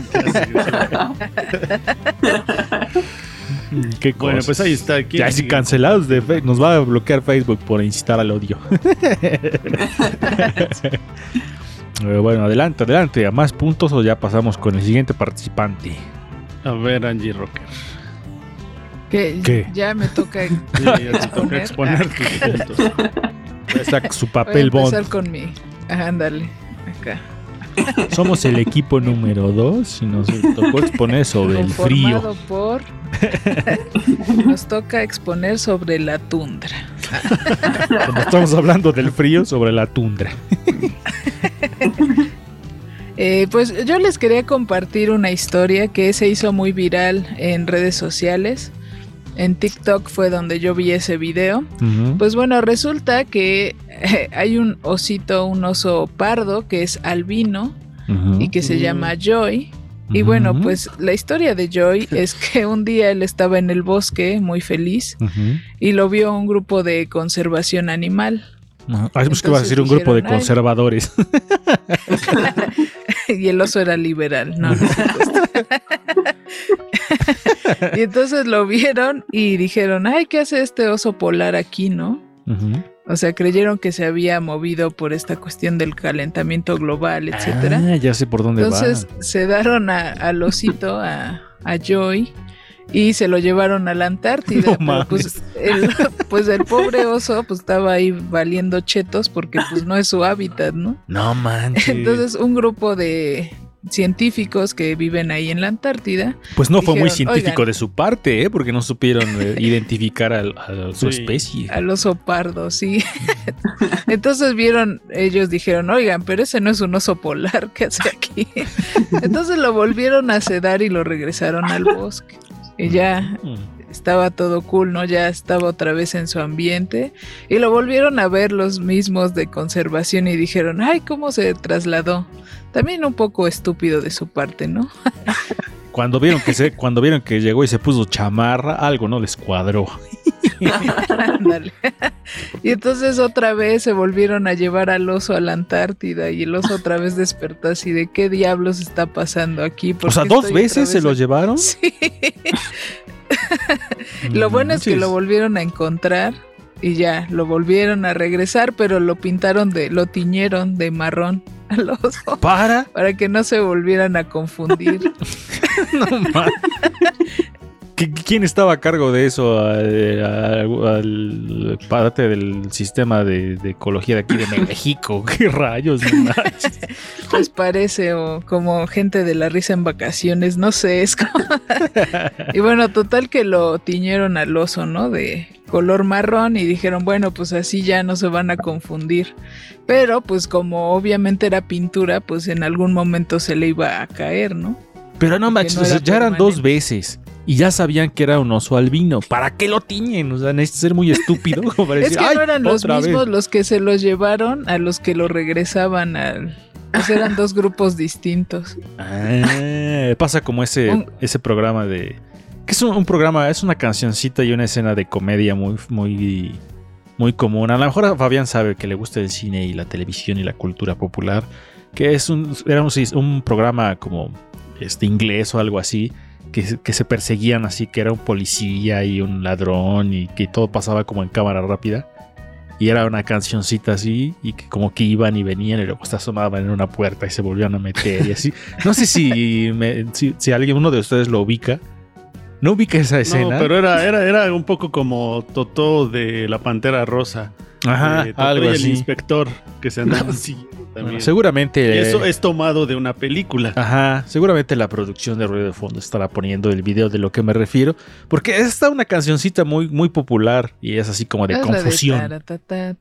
¿Qué bueno, pues ahí está. Ya así cancelados de Facebook. Nos va a bloquear Facebook por incitar al odio. Bueno, adelante. ¿A más puntos o ya pasamos con el siguiente participante? A ver, Angie Rocker. ¿Qué? Ya me toca exponer tus puntos. Está su papel bond. Voy a empezar con mi... Ándale, acá. Somos el equipo número 2 y nos tocó exponer sobre el frío. Nos toca exponer sobre la tundra. Como estamos hablando del frío, sobre la tundra. Pues yo les quería compartir una historia que se hizo muy viral en redes sociales. En TikTok fue donde yo vi ese video. Uh-huh. Pues bueno, resulta que hay un oso pardo que es albino, uh-huh, y que se llama Joy. Y bueno, pues la historia de Joy es que un día él estaba en el bosque muy feliz, uh-huh, y lo vio un grupo de conservación animal. Pues que va a decir un grupo de conservadores. Y el oso era liberal, no. Y entonces lo vieron y dijeron, ay, ¿qué hace este oso polar aquí, no? Uh-huh. O sea, creyeron que se había movido por esta cuestión del calentamiento global, etcétera. Ya sé por dónde va. Entonces se daron al osito, a Joy, y se lo llevaron a la Antártida. No pero pues el pobre oso pues estaba ahí valiendo chetos porque pues no es su hábitat, ¿no? No manches. Entonces un grupo de científicos que viven ahí en la Antártida pues no fue muy dijeron, científico "Oigan". de su parte, porque no supieron identificar a su Sí. especie. Al oso pardo, sí. Entonces ellos dijeron, oigan, pero ese no es un oso polar, ¿qué hace aquí? Entonces lo volvieron a sedar y lo regresaron al bosque. Y ya estaba todo cool, ¿no? Ya estaba otra vez en su ambiente. Y lo volvieron a ver los mismos de conservación y dijeron, ay, ¿cómo se trasladó? También un poco estúpido de su parte, ¿no? Cuando vieron que llegó y se puso chamarra, algo no les cuadró. Ándale. Y entonces otra vez se volvieron a llevar al oso a la Antártida y el oso otra vez despertó así de ¿qué diablos está pasando aquí? ¿Por O sea, qué 2 estoy veces otra se vez lo aquí? llevaron. Sí. Lo bueno es que lo volvieron a encontrar y ya, lo volvieron a regresar, pero lo tiñeron de marrón al oso Para que no se volvieran a confundir. no mames. ¿Quién estaba a cargo de eso? Al parte del sistema de ecología de aquí de México. ¿Qué rayos? No manches. Pues parece, o como gente de la risa en vacaciones, no sé, es como... Y bueno, total que lo tiñeron al oso, ¿no? De color marrón y dijeron, bueno, pues así ya no se van a confundir. Pero pues como obviamente era pintura, pues en algún momento se le iba a caer, ¿no? Pero no manches, no o sea, era ya eran permanente. 2 veces. Y ya sabían que era un oso albino. ¿Para qué lo tiñen? O sea, necesitas ser muy estúpido como para Es decir, que "Ay, no eran los otra mismos vez". los que se los llevaron a los que lo regresaban al... Pues eran 2 grupos distintos. Pasa como ese programa de... Que es un programa, es una cancioncita y una escena de comedia muy común. A lo mejor Fabián sabe que le gusta el cine y la televisión y la cultura popular. Que era un programa como inglés o algo así. Que se perseguían así, que era un policía y un ladrón y que todo pasaba como en cámara rápida. Y era una cancioncita así y que como que iban y venían y luego hasta sonaban en una puerta y se volvían a meter y así. No sé si alguien, uno de ustedes lo ubica. ¿No ubica esa escena? No, pero era un poco como Totó de la Pantera Rosa. Ajá, Totó algo y el así. inspector que se andaba siguiendo también. Bueno, seguramente... Y eso es tomado de una película. Ajá, seguramente la producción de Ruido de Fondo estará poniendo el video de lo que me refiero, porque esta una cancioncita muy popular y es así como de Es confusión. la de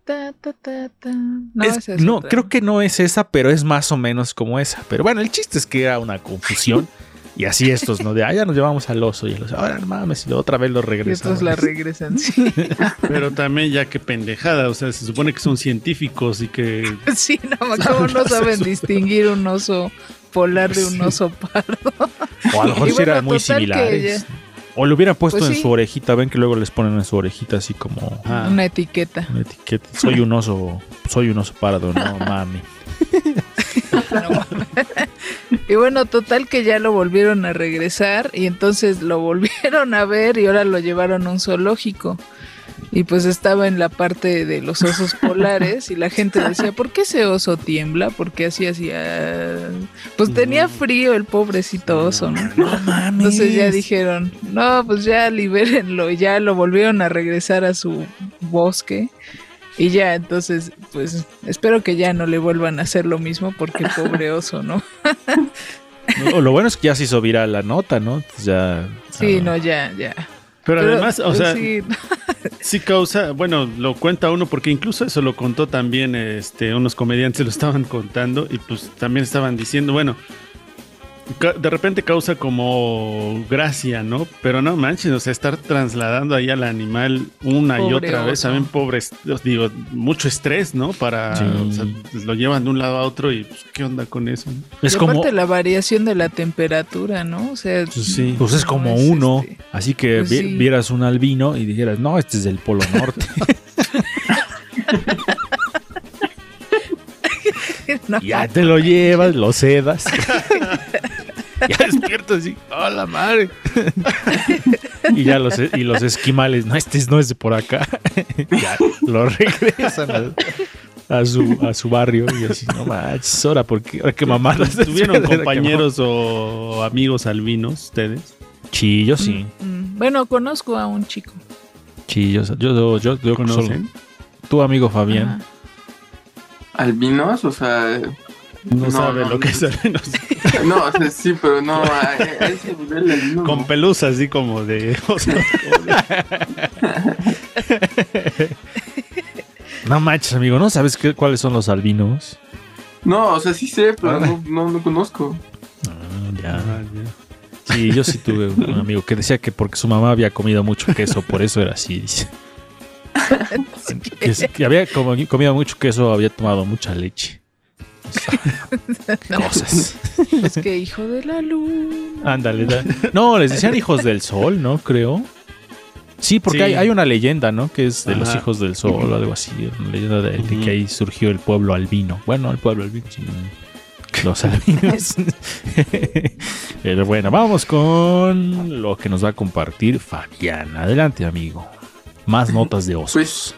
No, esa es No, otra. creo que no es esa, pero es más o menos como esa. Pero bueno, el chiste es que era una confusión. Y así estos, ¿no? De ya nos llevamos al oso y el oso, ahora no mames, y otra vez lo Y regresamos. estos la regresan, sí. Pero también ya que pendejada, o sea, se supone que son científicos y que... Sí, no, ¿cómo no saben distinguir un oso polar de un oso pardo? O a lo mejor Y sí eran bueno, muy total que similares. O lo hubieran puesto Pues en sí. su orejita. Ven que luego les ponen en su orejita así como Una etiqueta. una etiqueta. Soy un oso pardo, no mami. No. Y bueno, total que ya lo volvieron a regresar y entonces lo volvieron a ver y ahora lo llevaron a un zoológico. Y pues estaba en la parte de los osos polares y la gente decía, ¿por qué ese oso tiembla? Porque así hacía... Pues tenía frío el pobrecito oso, ¿no? No mames. Entonces ya dijeron, no, pues ya libérenlo. Y ya lo volvieron a regresar a su bosque. Y ya, entonces, pues espero que ya no le vuelvan a hacer lo mismo porque pobre oso, ¿no? No, lo bueno es que ya se hizo viral la nota, ¿no? Entonces ya... Sí, no, ya. Pero además, o pues, sea, sí. sí causa, bueno, lo cuenta uno porque incluso eso lo contó también unos comediantes lo estaban contando y pues también estaban diciendo, bueno, de repente causa como gracia, ¿no? Pero no manches, o sea, estar trasladando ahí al animal una y Pobre otra vez, oso. también digo, mucho estrés, ¿no? Para, Sí. o sea, lo llevan de un lado a otro y pues, ¿qué onda con eso? Es Y como... aparte la variación de la temperatura, ¿no? O sea, Pues sí. Pues es como no es uno. Así que pues sí. vieras un albino y dijeras, no, este es del Polo Norte. no. Ya te lo llevas, lo sedas. Ya despiertas así, ¡oh, la madre! Y ya los esquimales, no, este no es de por acá. Ya lo regresan a su barrio y así, no manches, ahora qué mamadas. ¿Tuvieron compañeros o amigos albinos ustedes? Sí, yo sí. Bueno, conozco a un chico. Sí, yo ¿Conocen? Tu amigo Fabián. Ajá. Albinos, o sea... No sabe lo que es albino. No, o sea, sí, pero no, a ese nivel de albino. Con no. pelusa así como de... No manches, amigo, ¿no sabes cuáles son los albinos? No, o sea, sí sé, pero no conozco. Ya. Sí, yo sí tuve un amigo que decía que porque su mamá había comido mucho queso, por eso era así, dice. Que había comido mucho queso, había tomado mucha leche. Cosas. Es que hijo de la luna. Ándale. No, les decían hijos del sol, ¿no? Creo. Sí, porque Sí. hay una leyenda, ¿no? Que es de los Ajá. hijos del sol o algo así. Una leyenda de que ahí surgió el pueblo albino. Bueno, el pueblo albino, sí. Los albinos. Pero bueno, vamos con lo que nos va a compartir Fabián. Adelante, amigo. Más notas de osos.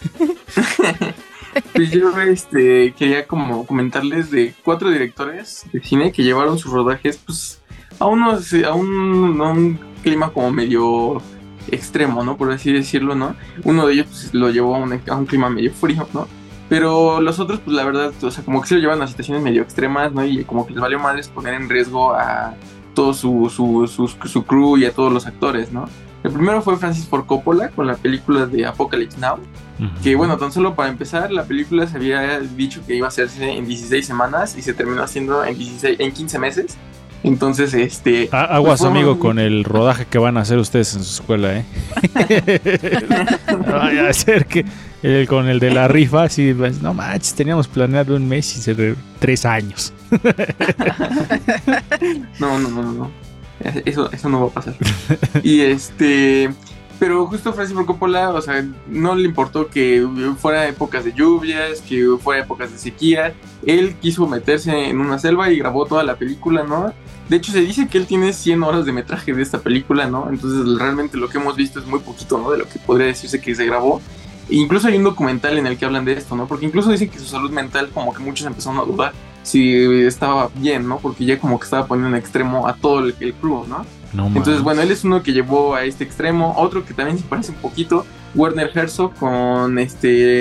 Pues yo quería como comentarles de 4 directores de cine que llevaron sus rodajes pues a un clima como medio extremo, ¿no? Por así decirlo, ¿no? Uno de ellos pues, lo llevó a un clima medio frío, ¿no? Pero los otros, pues la verdad, o sea, como que se lo llevan a situaciones medio extremas, ¿no? Y como que les valió madres poner en riesgo a todo su crew y a todos los actores, ¿no? El primero fue Francis Ford Coppola con la película de Apocalypse Now, que bueno, tan solo para empezar, la película se había dicho que iba a hacerse en 16 semanas y se terminó haciendo en 15 meses. Entonces, aguas, pues, amigo, con el rodaje que van a hacer ustedes en su escuela, ¿eh? No vaya a ser que con el de la rifa, así, pues, no manches, teníamos planeado un mes y se 3 años. No. Eso no va a pasar. Y pero justo Francis Ford Coppola, o sea, no le importó que fuera épocas de lluvias, que fuera épocas de sequía. Él quiso meterse en una selva y grabó toda la película, ¿no? De hecho, se dice que él tiene 100 horas de metraje de esta película, ¿no? Entonces, realmente lo que hemos visto es muy poquito, ¿no? De lo que podría decirse que se grabó. E incluso hay un documental en el que hablan de esto, ¿no? Porque incluso dicen que su salud mental, como que muchos empezaron a dudar si estaba bien, ¿no? Porque ya como que estaba poniendo en extremo a todo el crew, ¿no? Entonces, bueno, él es uno que llevó a este extremo. Otro que también se parece un poquito, Werner Herzog, con es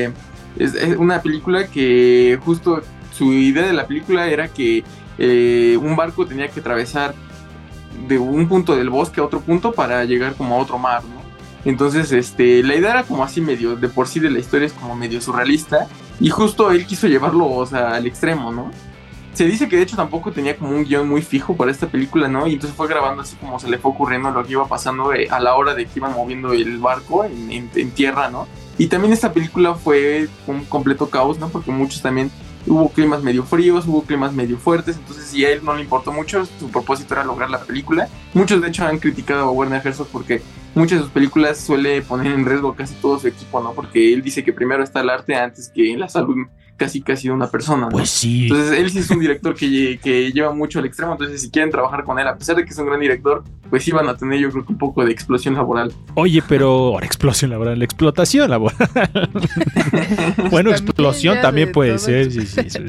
una película que justo su idea de la película era que un barco tenía que atravesar de un punto del bosque a otro punto para llegar como a otro mar, ¿no? Entonces, la idea era como así medio, de por sí de la historia es como medio surrealista, y justo él quiso llevarlo, o sea, al extremo, ¿no? Se dice que de hecho tampoco tenía como un guión muy fijo para esta película, ¿no? Y entonces fue grabando así como se le fue ocurriendo lo que iba pasando a la hora de que iban moviendo el barco en tierra, ¿no? Y también esta película fue un completo caos, ¿no? Porque muchos también hubo climas medio fríos, hubo climas medio fuertes, entonces si a él no le importó mucho, su propósito era lograr la película. Muchos de hecho han criticado a Werner Herzog porque muchas de sus películas suele poner en riesgo casi todo su equipo, ¿no? Porque él dice que primero está el arte antes que la salud casi de una persona, ¿no? Pues sí. Entonces él sí es un director que lleva mucho al extremo, entonces si quieren trabajar con él, a pesar de que es un gran director, pues sí van a tener yo creo que un poco de explosión laboral. Oye, pero explosión laboral, explotación laboral. Bueno, explosión también puede ser, sí,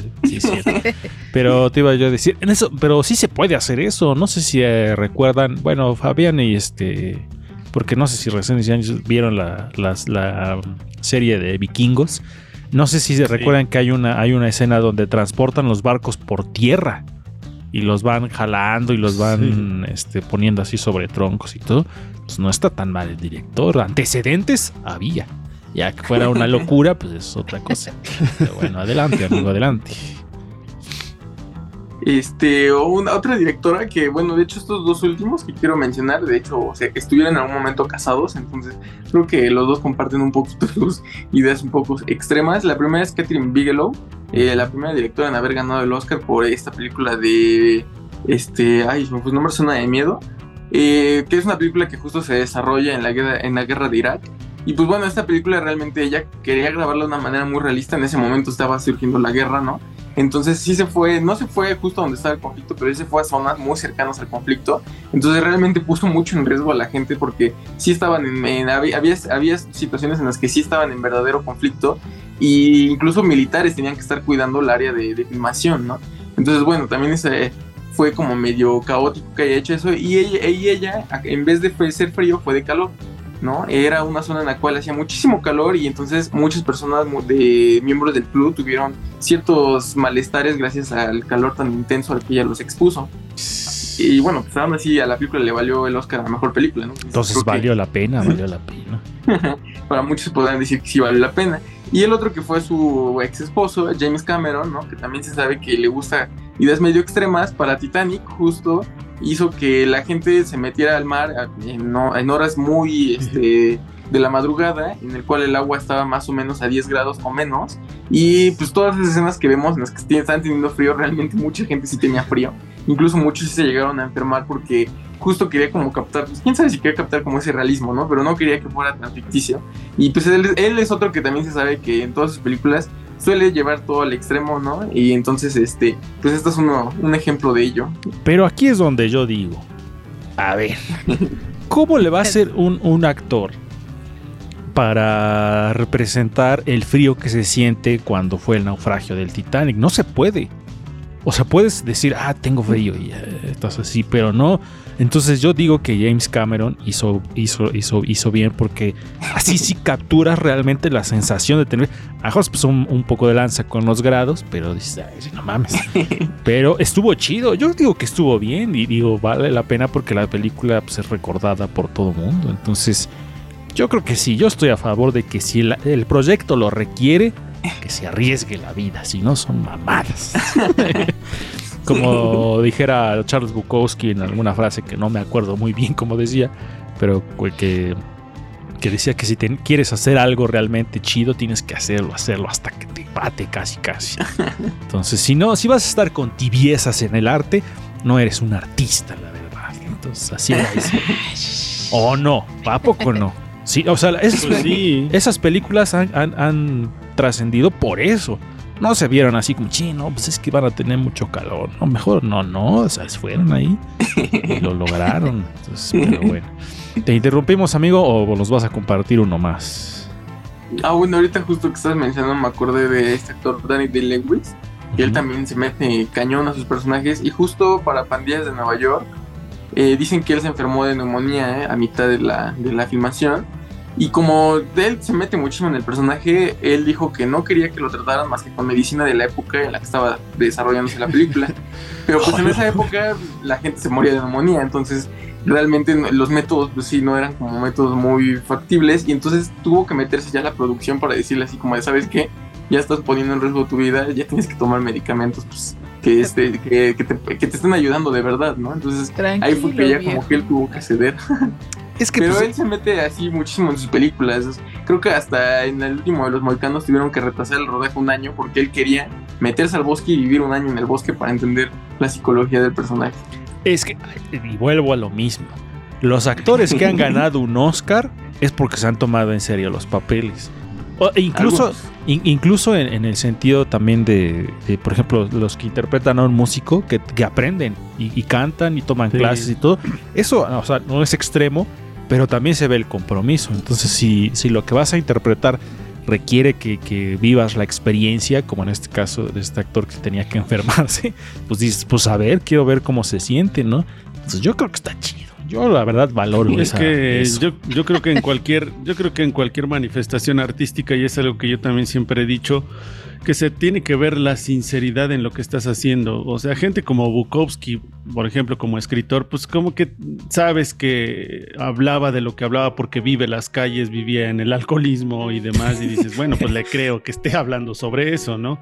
pero te iba yo a decir, en eso, pero sí se puede hacer eso, no sé si recuerdan, bueno, Fabián y porque no sé si recién vieron la serie de Vikingos. No sé si se recuerdan que hay una escena donde transportan los barcos por tierra y los van jalando y los van poniendo así sobre troncos y todo. Pues no está tan mal el director. Antecedentes había. Ya que fuera una locura, pues es otra cosa. Pero bueno, adelante, amigo, adelante. Otra directora que, bueno, de hecho estos dos últimos que quiero mencionar, de hecho, o sea, estuvieron en algún momento casados, entonces creo que los dos comparten un poquito sus ideas un poco extremas. La primera es Kathryn Bigelow, la primera directora en haber ganado el Oscar por esta película de, pues nombre suena de miedo, que es una película que justo se desarrolla en la guerra de Irak. Y pues bueno, esta película realmente ella quería grabarla de una manera muy realista. En ese momento estaba surgiendo la guerra, ¿no? Entonces sí no se fue justo donde estaba el conflicto, pero sí se fue a zonas muy cercanas al conflicto. Entonces realmente puso mucho en riesgo a la gente porque sí estaban había situaciones en las que sí estaban en verdadero conflicto, y incluso militares tenían que estar cuidando el área de filmación, ¿no? Entonces bueno, también fue como medio caótico que haya hecho eso, y ella en vez de ser frío, fue de calor, ¿no? Era una zona en la cual hacía muchísimo calor y entonces muchas personas de miembros del club tuvieron ciertos malestares gracias al calor tan intenso al que ella los expuso. Y bueno, pues aún así a la película le valió el Oscar a Mejor Película, ¿no? Entonces valió la pena. Para muchos podrán decir que sí valió la pena. Y el otro que fue su ex esposo, James Cameron, ¿no? Que también se sabe que le gusta ideas medio extremas. Para Titanic justo hizo que la gente se metiera al mar en horas muy de la madrugada, en el cual el agua estaba más o menos a 10 grados o menos, y pues todas esas escenas que vemos en las que están teniendo frío, realmente mucha gente sí tenía frío, incluso muchos sí se llegaron a enfermar porque justo quería como captar, pues quién sabe si quería captar como ese realismo, ¿no? Pero no quería que fuera tan ficticio. Y pues él es otro que también se sabe que en todas sus películas suele llevar todo al extremo, ¿no? Y entonces pues esto es un ejemplo de ello. Pero aquí es donde yo digo, a ver, ¿cómo le va a hacer un actor para representar el frío que se siente cuando fue el naufragio del Titanic? No se puede. O sea, puedes decir, tengo frío y estás así, pero no. Entonces yo digo que James Cameron hizo bien, porque así sí capturas realmente la sensación de tener. A Jorge pues un poco de lanza con los grados, pero dices, no mames. Pero estuvo chido. Yo digo que estuvo bien y digo, vale la pena porque la película pues, es recordada por todo el mundo. Entonces yo creo que sí, yo estoy a favor de que si el proyecto lo requiere, que se arriesgue la vida, si no son mamadas. Como dijera Charles Bukowski en alguna frase que no me acuerdo muy bien cómo decía, pero que decía que si quieres hacer algo realmente chido, tienes que hacerlo hasta que te bate casi. Entonces, si vas a estar con tibiezas en el arte, no eres un artista, la verdad. Entonces, así es. ¿O no? ¿A poco no? Sí, o sea, esas películas han trascendido por eso. No se vieron así como, no, pues es que van a tener mucho calor. No, mejor no, o sea, fueron ahí y lo lograron. Entonces, pero bueno. ¿Te interrumpimos, amigo, o nos vas a compartir uno más? Bueno, ahorita justo que estás mencionando me acordé de este actor Danny Day-Lewis, que él también se mete cañón a sus personajes, y justo para Pandillas de Nueva York dicen que él se enfermó de neumonía a mitad de la filmación. Y como él se mete muchísimo en el personaje, él dijo que no quería que lo trataran más que con medicina de la época en la que estaba desarrollándose la película. Pero pues en esa época la gente se moría de neumonía, entonces realmente los métodos pues sí no eran como métodos muy factibles, y entonces tuvo que meterse ya a la producción para decirle así como de, ¿sabes qué? Ya estás poniendo en riesgo tu vida, ya tienes que tomar medicamentos pues que te estén ayudando de verdad, ¿no? Entonces ahí fue que ya como que él tuvo que ceder. Pero pues, él se mete así muchísimo en sus películas. Creo que hasta en el último de Los Mohicanos tuvieron que retrasar el rodaje un año porque él quería meterse al bosque y vivir un año en el bosque para entender la psicología del personaje. Es que, y vuelvo a lo mismo, los actores que han ganado un Oscar es porque se han tomado en serio los papeles. Incluso en el sentido también de, por ejemplo, los que interpretan a un músico que aprenden y cantan y toman clases y todo. Eso, o sea, no es extremo, pero también se ve el compromiso. Entonces, si lo que vas a interpretar requiere que vivas la experiencia, como en este caso de este actor que tenía que enfermarse, pues dices, pues a ver, quiero ver cómo se siente, ¿no? Entonces yo creo que está chido. Yo la verdad valoro eso. Yo creo que en cualquier manifestación artística, y es algo que yo también siempre he dicho, que se tiene que ver la sinceridad en lo que estás haciendo. O sea, gente como Bukowski, por ejemplo, como escritor, pues como que sabes que hablaba de lo que hablaba porque vive las calles, vivía en el alcoholismo y demás, y dices, bueno, pues le creo que esté hablando sobre eso, ¿no?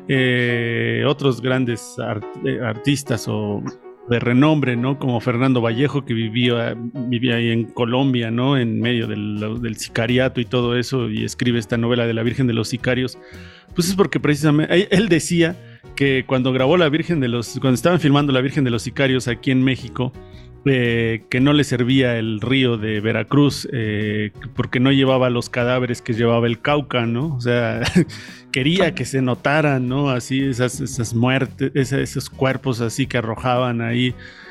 Otros grandes artistas o de renombre, ¿no? Como Fernando Vallejo, que vivía ahí en Colombia, ¿no? En medio del sicariato y todo eso, y escribe esta novela de la Virgen de los Sicarios. Pues es porque precisamente él decía que cuando estaban filmando la Virgen de los Sicarios aquí en México, que no le servía el río de Veracruz porque no llevaba los cadáveres que llevaba el Cauca, ¿no? O sea, quería que se notaran, ¿no? Así esas muertes, esos cuerpos así que arrojaban ahí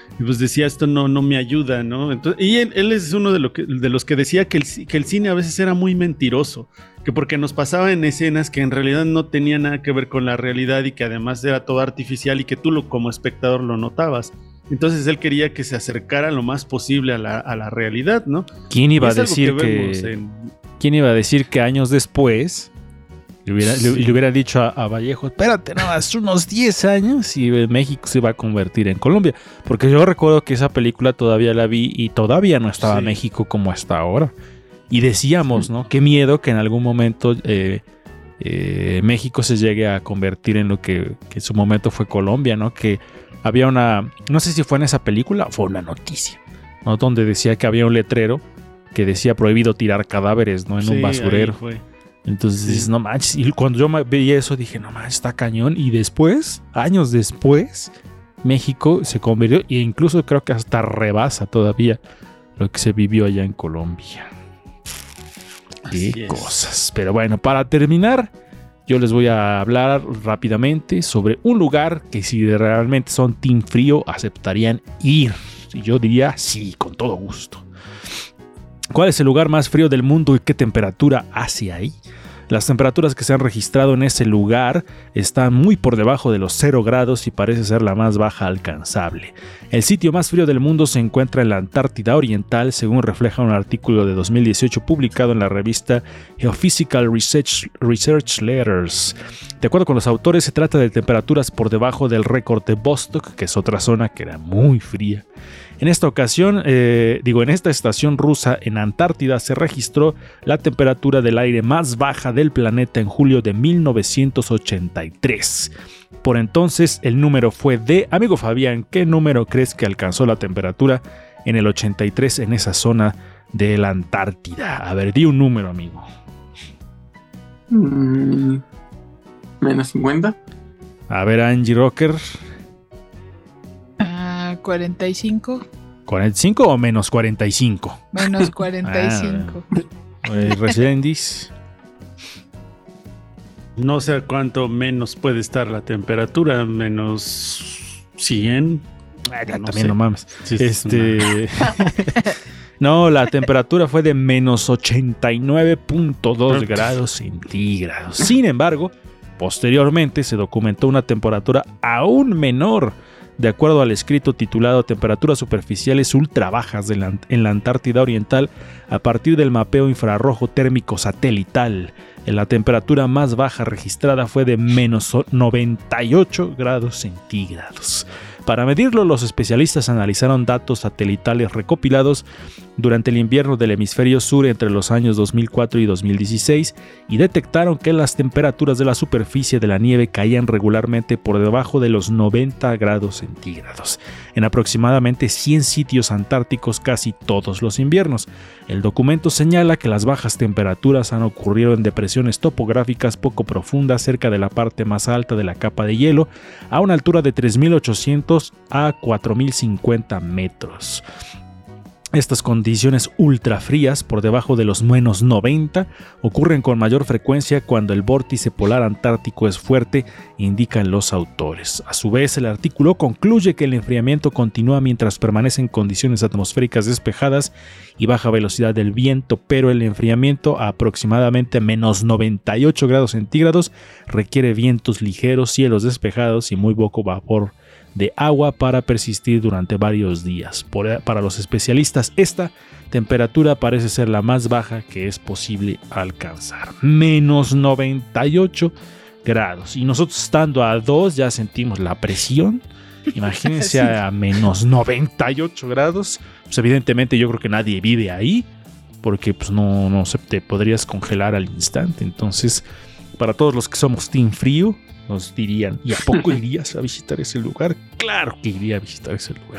Y pues decía, esto no me ayuda, ¿no? Entonces, y él es uno de los que decía que el cine a veces era muy mentiroso, que porque nos pasaba en escenas que en realidad no tenía nada que ver con la realidad y que además era todo artificial y que tú como espectador lo notabas. Entonces él quería que se acercara lo más posible a la realidad, ¿no? ¿Quién iba a decir ¿Quién iba a decir que años después le hubiera dicho a Vallejo, espérate nada más unos 10 años y México se va a convertir en Colombia? Porque yo recuerdo que esa película todavía la vi y todavía no estaba México como está ahora. Y decíamos, ¿no? Qué miedo que en algún momento México se llegue a convertir en lo que en su momento fue Colombia, ¿no? Que había no sé si fue en esa película o fue una noticia, ¿no? Donde decía que había un letrero que decía prohibido tirar cadáveres, ¿no? En un basurero. Entonces, no manches. Y cuando yo veía eso dije, no manches, está cañón. Y después, años después, México se convirtió, e incluso creo que hasta rebasa todavía lo que se vivió allá en Colombia. Qué cosas. Pero bueno, para terminar, yo les voy a hablar rápidamente sobre un lugar que si realmente son team frío, aceptarían ir. Y yo diría sí, con todo gusto. ¿Cuál es el lugar más frío del mundo y qué temperatura hace ahí? Las temperaturas que se han registrado en ese lugar están muy por debajo de los 0 grados y parece ser la más baja alcanzable. El sitio más frío del mundo se encuentra en la Antártida Oriental, según refleja un artículo de 2018 publicado en la revista Geophysical Research Letters. De acuerdo con los autores, se trata de temperaturas por debajo del récord de Vostok, que es otra zona que era muy fría. En esta ocasión, en esta estación rusa en Antártida se registró la temperatura del aire más baja del planeta en julio de 1983. Por entonces, el número fue de... Amigo Fabián, ¿qué número crees que alcanzó la temperatura en el 83 en esa zona de la Antártida? A ver, di un número, amigo. Menos 50. A ver, Angie Rocker. 45. ¿45 o menos 45? Menos 45. Residendis. No sé cuánto menos puede estar la temperatura, menos 100. No mames. Sí, no, la temperatura fue de menos 89.2 grados centígrados. Sin embargo, posteriormente se documentó una temperatura aún menor. De acuerdo al escrito titulado Temperaturas superficiales ultra bajas en la Antártida Oriental a partir del mapeo infrarrojo térmico satelital, la temperatura más baja registrada fue de menos 98 grados centígrados. Para medirlo, los especialistas analizaron datos satelitales recopilados durante el invierno del hemisferio sur entre los años 2004 y 2016 y detectaron que las temperaturas de la superficie de la nieve caían regularmente por debajo de los 90 grados centígrados en aproximadamente 100 sitios antárticos casi todos los inviernos. El documento señala que las bajas temperaturas han ocurrido en depresiones topográficas poco profundas cerca de la parte más alta de la capa de hielo, a una altura de 3.800 a 4.050 metros. Estas condiciones ultra frías por debajo de los menos 90 ocurren con mayor frecuencia cuando el vórtice polar antártico es fuerte, indican los autores. A su vez, el artículo concluye que el enfriamiento continúa mientras permanecen condiciones atmosféricas despejadas y baja velocidad del viento, pero el enfriamiento a aproximadamente menos 98 grados centígrados requiere vientos ligeros, cielos despejados y muy poco vapor de agua para persistir durante varios días. Para los especialistas, esta temperatura parece ser la más baja que es posible alcanzar. Menos 98 grados. Y nosotros estando a 2 ya sentimos la presión. Imagínense a menos 98 grados. Pues evidentemente yo creo que nadie vive ahí, porque pues no se te podrías congelar al instante. Entonces, para todos los que somos team frío, nos dirían, ¿y a poco irías a visitar ese lugar? Claro que iría a visitar ese lugar.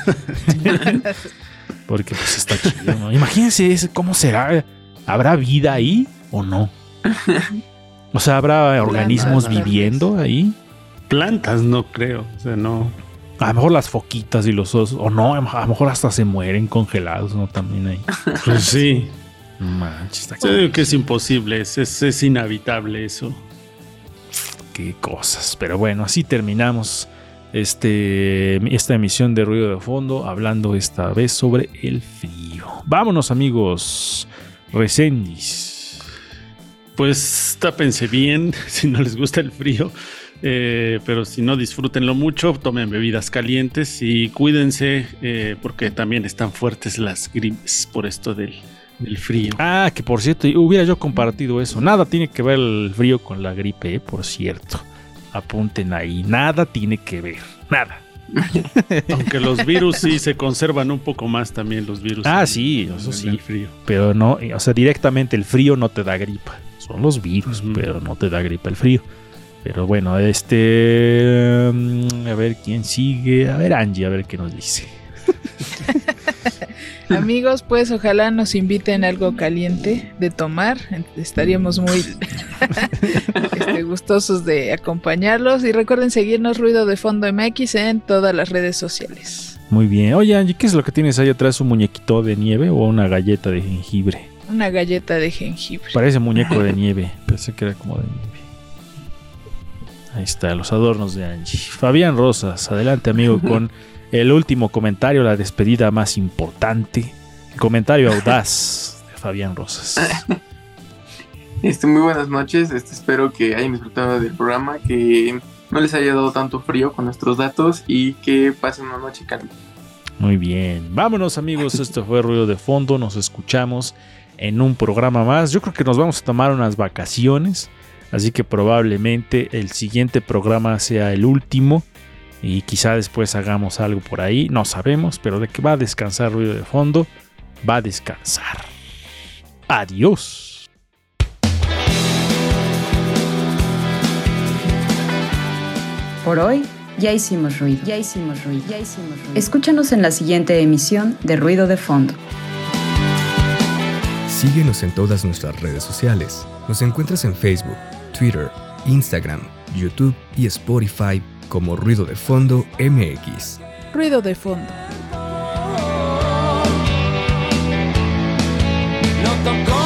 Porque pues está chido, ¿no? Imagínense cómo será. ¿Habrá vida ahí o no? O sea, ¿habrá organismos viviendo ahí? Plantas no creo, o sea, no. A lo mejor las foquitas y los osos, o no, a lo mejor hasta se mueren congelados, ¿no? También ahí. Pues sí. Manches, está yo digo que es imposible, es inhabitable eso. Qué cosas. Pero bueno, así terminamos esta emisión de Ruido de Fondo, hablando esta vez sobre el frío. Vámonos, amigos. Recendis. Pues tápense bien si no les gusta el frío, pero si no, disfrútenlo mucho, tomen bebidas calientes y cuídense porque también están fuertes las gripes por esto del frío. Ah, que por cierto, hubiera yo compartido eso. Nada tiene que ver el frío con la gripe, por cierto. Apunten ahí, nada tiene que ver, nada. Aunque los virus sí se conservan un poco más también, los virus. Sí, eso sí. El frío. Pero no, o sea, directamente el frío no te da gripa. Son los virus, pero no te da gripa el frío. Pero bueno, a ver quién sigue. A ver, Angie, a ver qué nos dice. Amigos, pues ojalá nos inviten algo caliente de tomar. Estaríamos muy gustosos de acompañarlos. Y recuerden seguirnos Ruido de Fondo MX en todas las redes sociales. Muy bien. Oye, Angie, ¿qué es lo que tienes ahí atrás? ¿Un muñequito de nieve o una galleta de jengibre? Una galleta de jengibre. Parece muñeco de nieve. Pensé que era como de nieve. Ahí está, los adornos de Angie. Fabián Rosas, adelante, amigo, con el último comentario, la despedida más importante. El comentario audaz de Fabián Rosas. Muy buenas noches. Espero que hayan disfrutado del programa, que no les haya dado tanto frío con nuestros datos y que pasen una noche cálida. Muy bien. Vámonos, amigos. Esto fue Ruido de Fondo. Nos escuchamos en un programa más. Yo creo que nos vamos a tomar unas vacaciones, así que probablemente el siguiente programa sea el último y quizá después hagamos algo por ahí, no sabemos, pero de que va a descansar Ruido de Fondo, va a descansar. Adiós. Por hoy ya hicimos ruido. Escúchanos en la siguiente emisión de Ruido de Fondo. Síguenos en todas nuestras redes sociales. Nos encuentras en Facebook, Twitter, Instagram, YouTube y Spotify como Ruido de Fondo MX. Ruido de Fondo. No tocó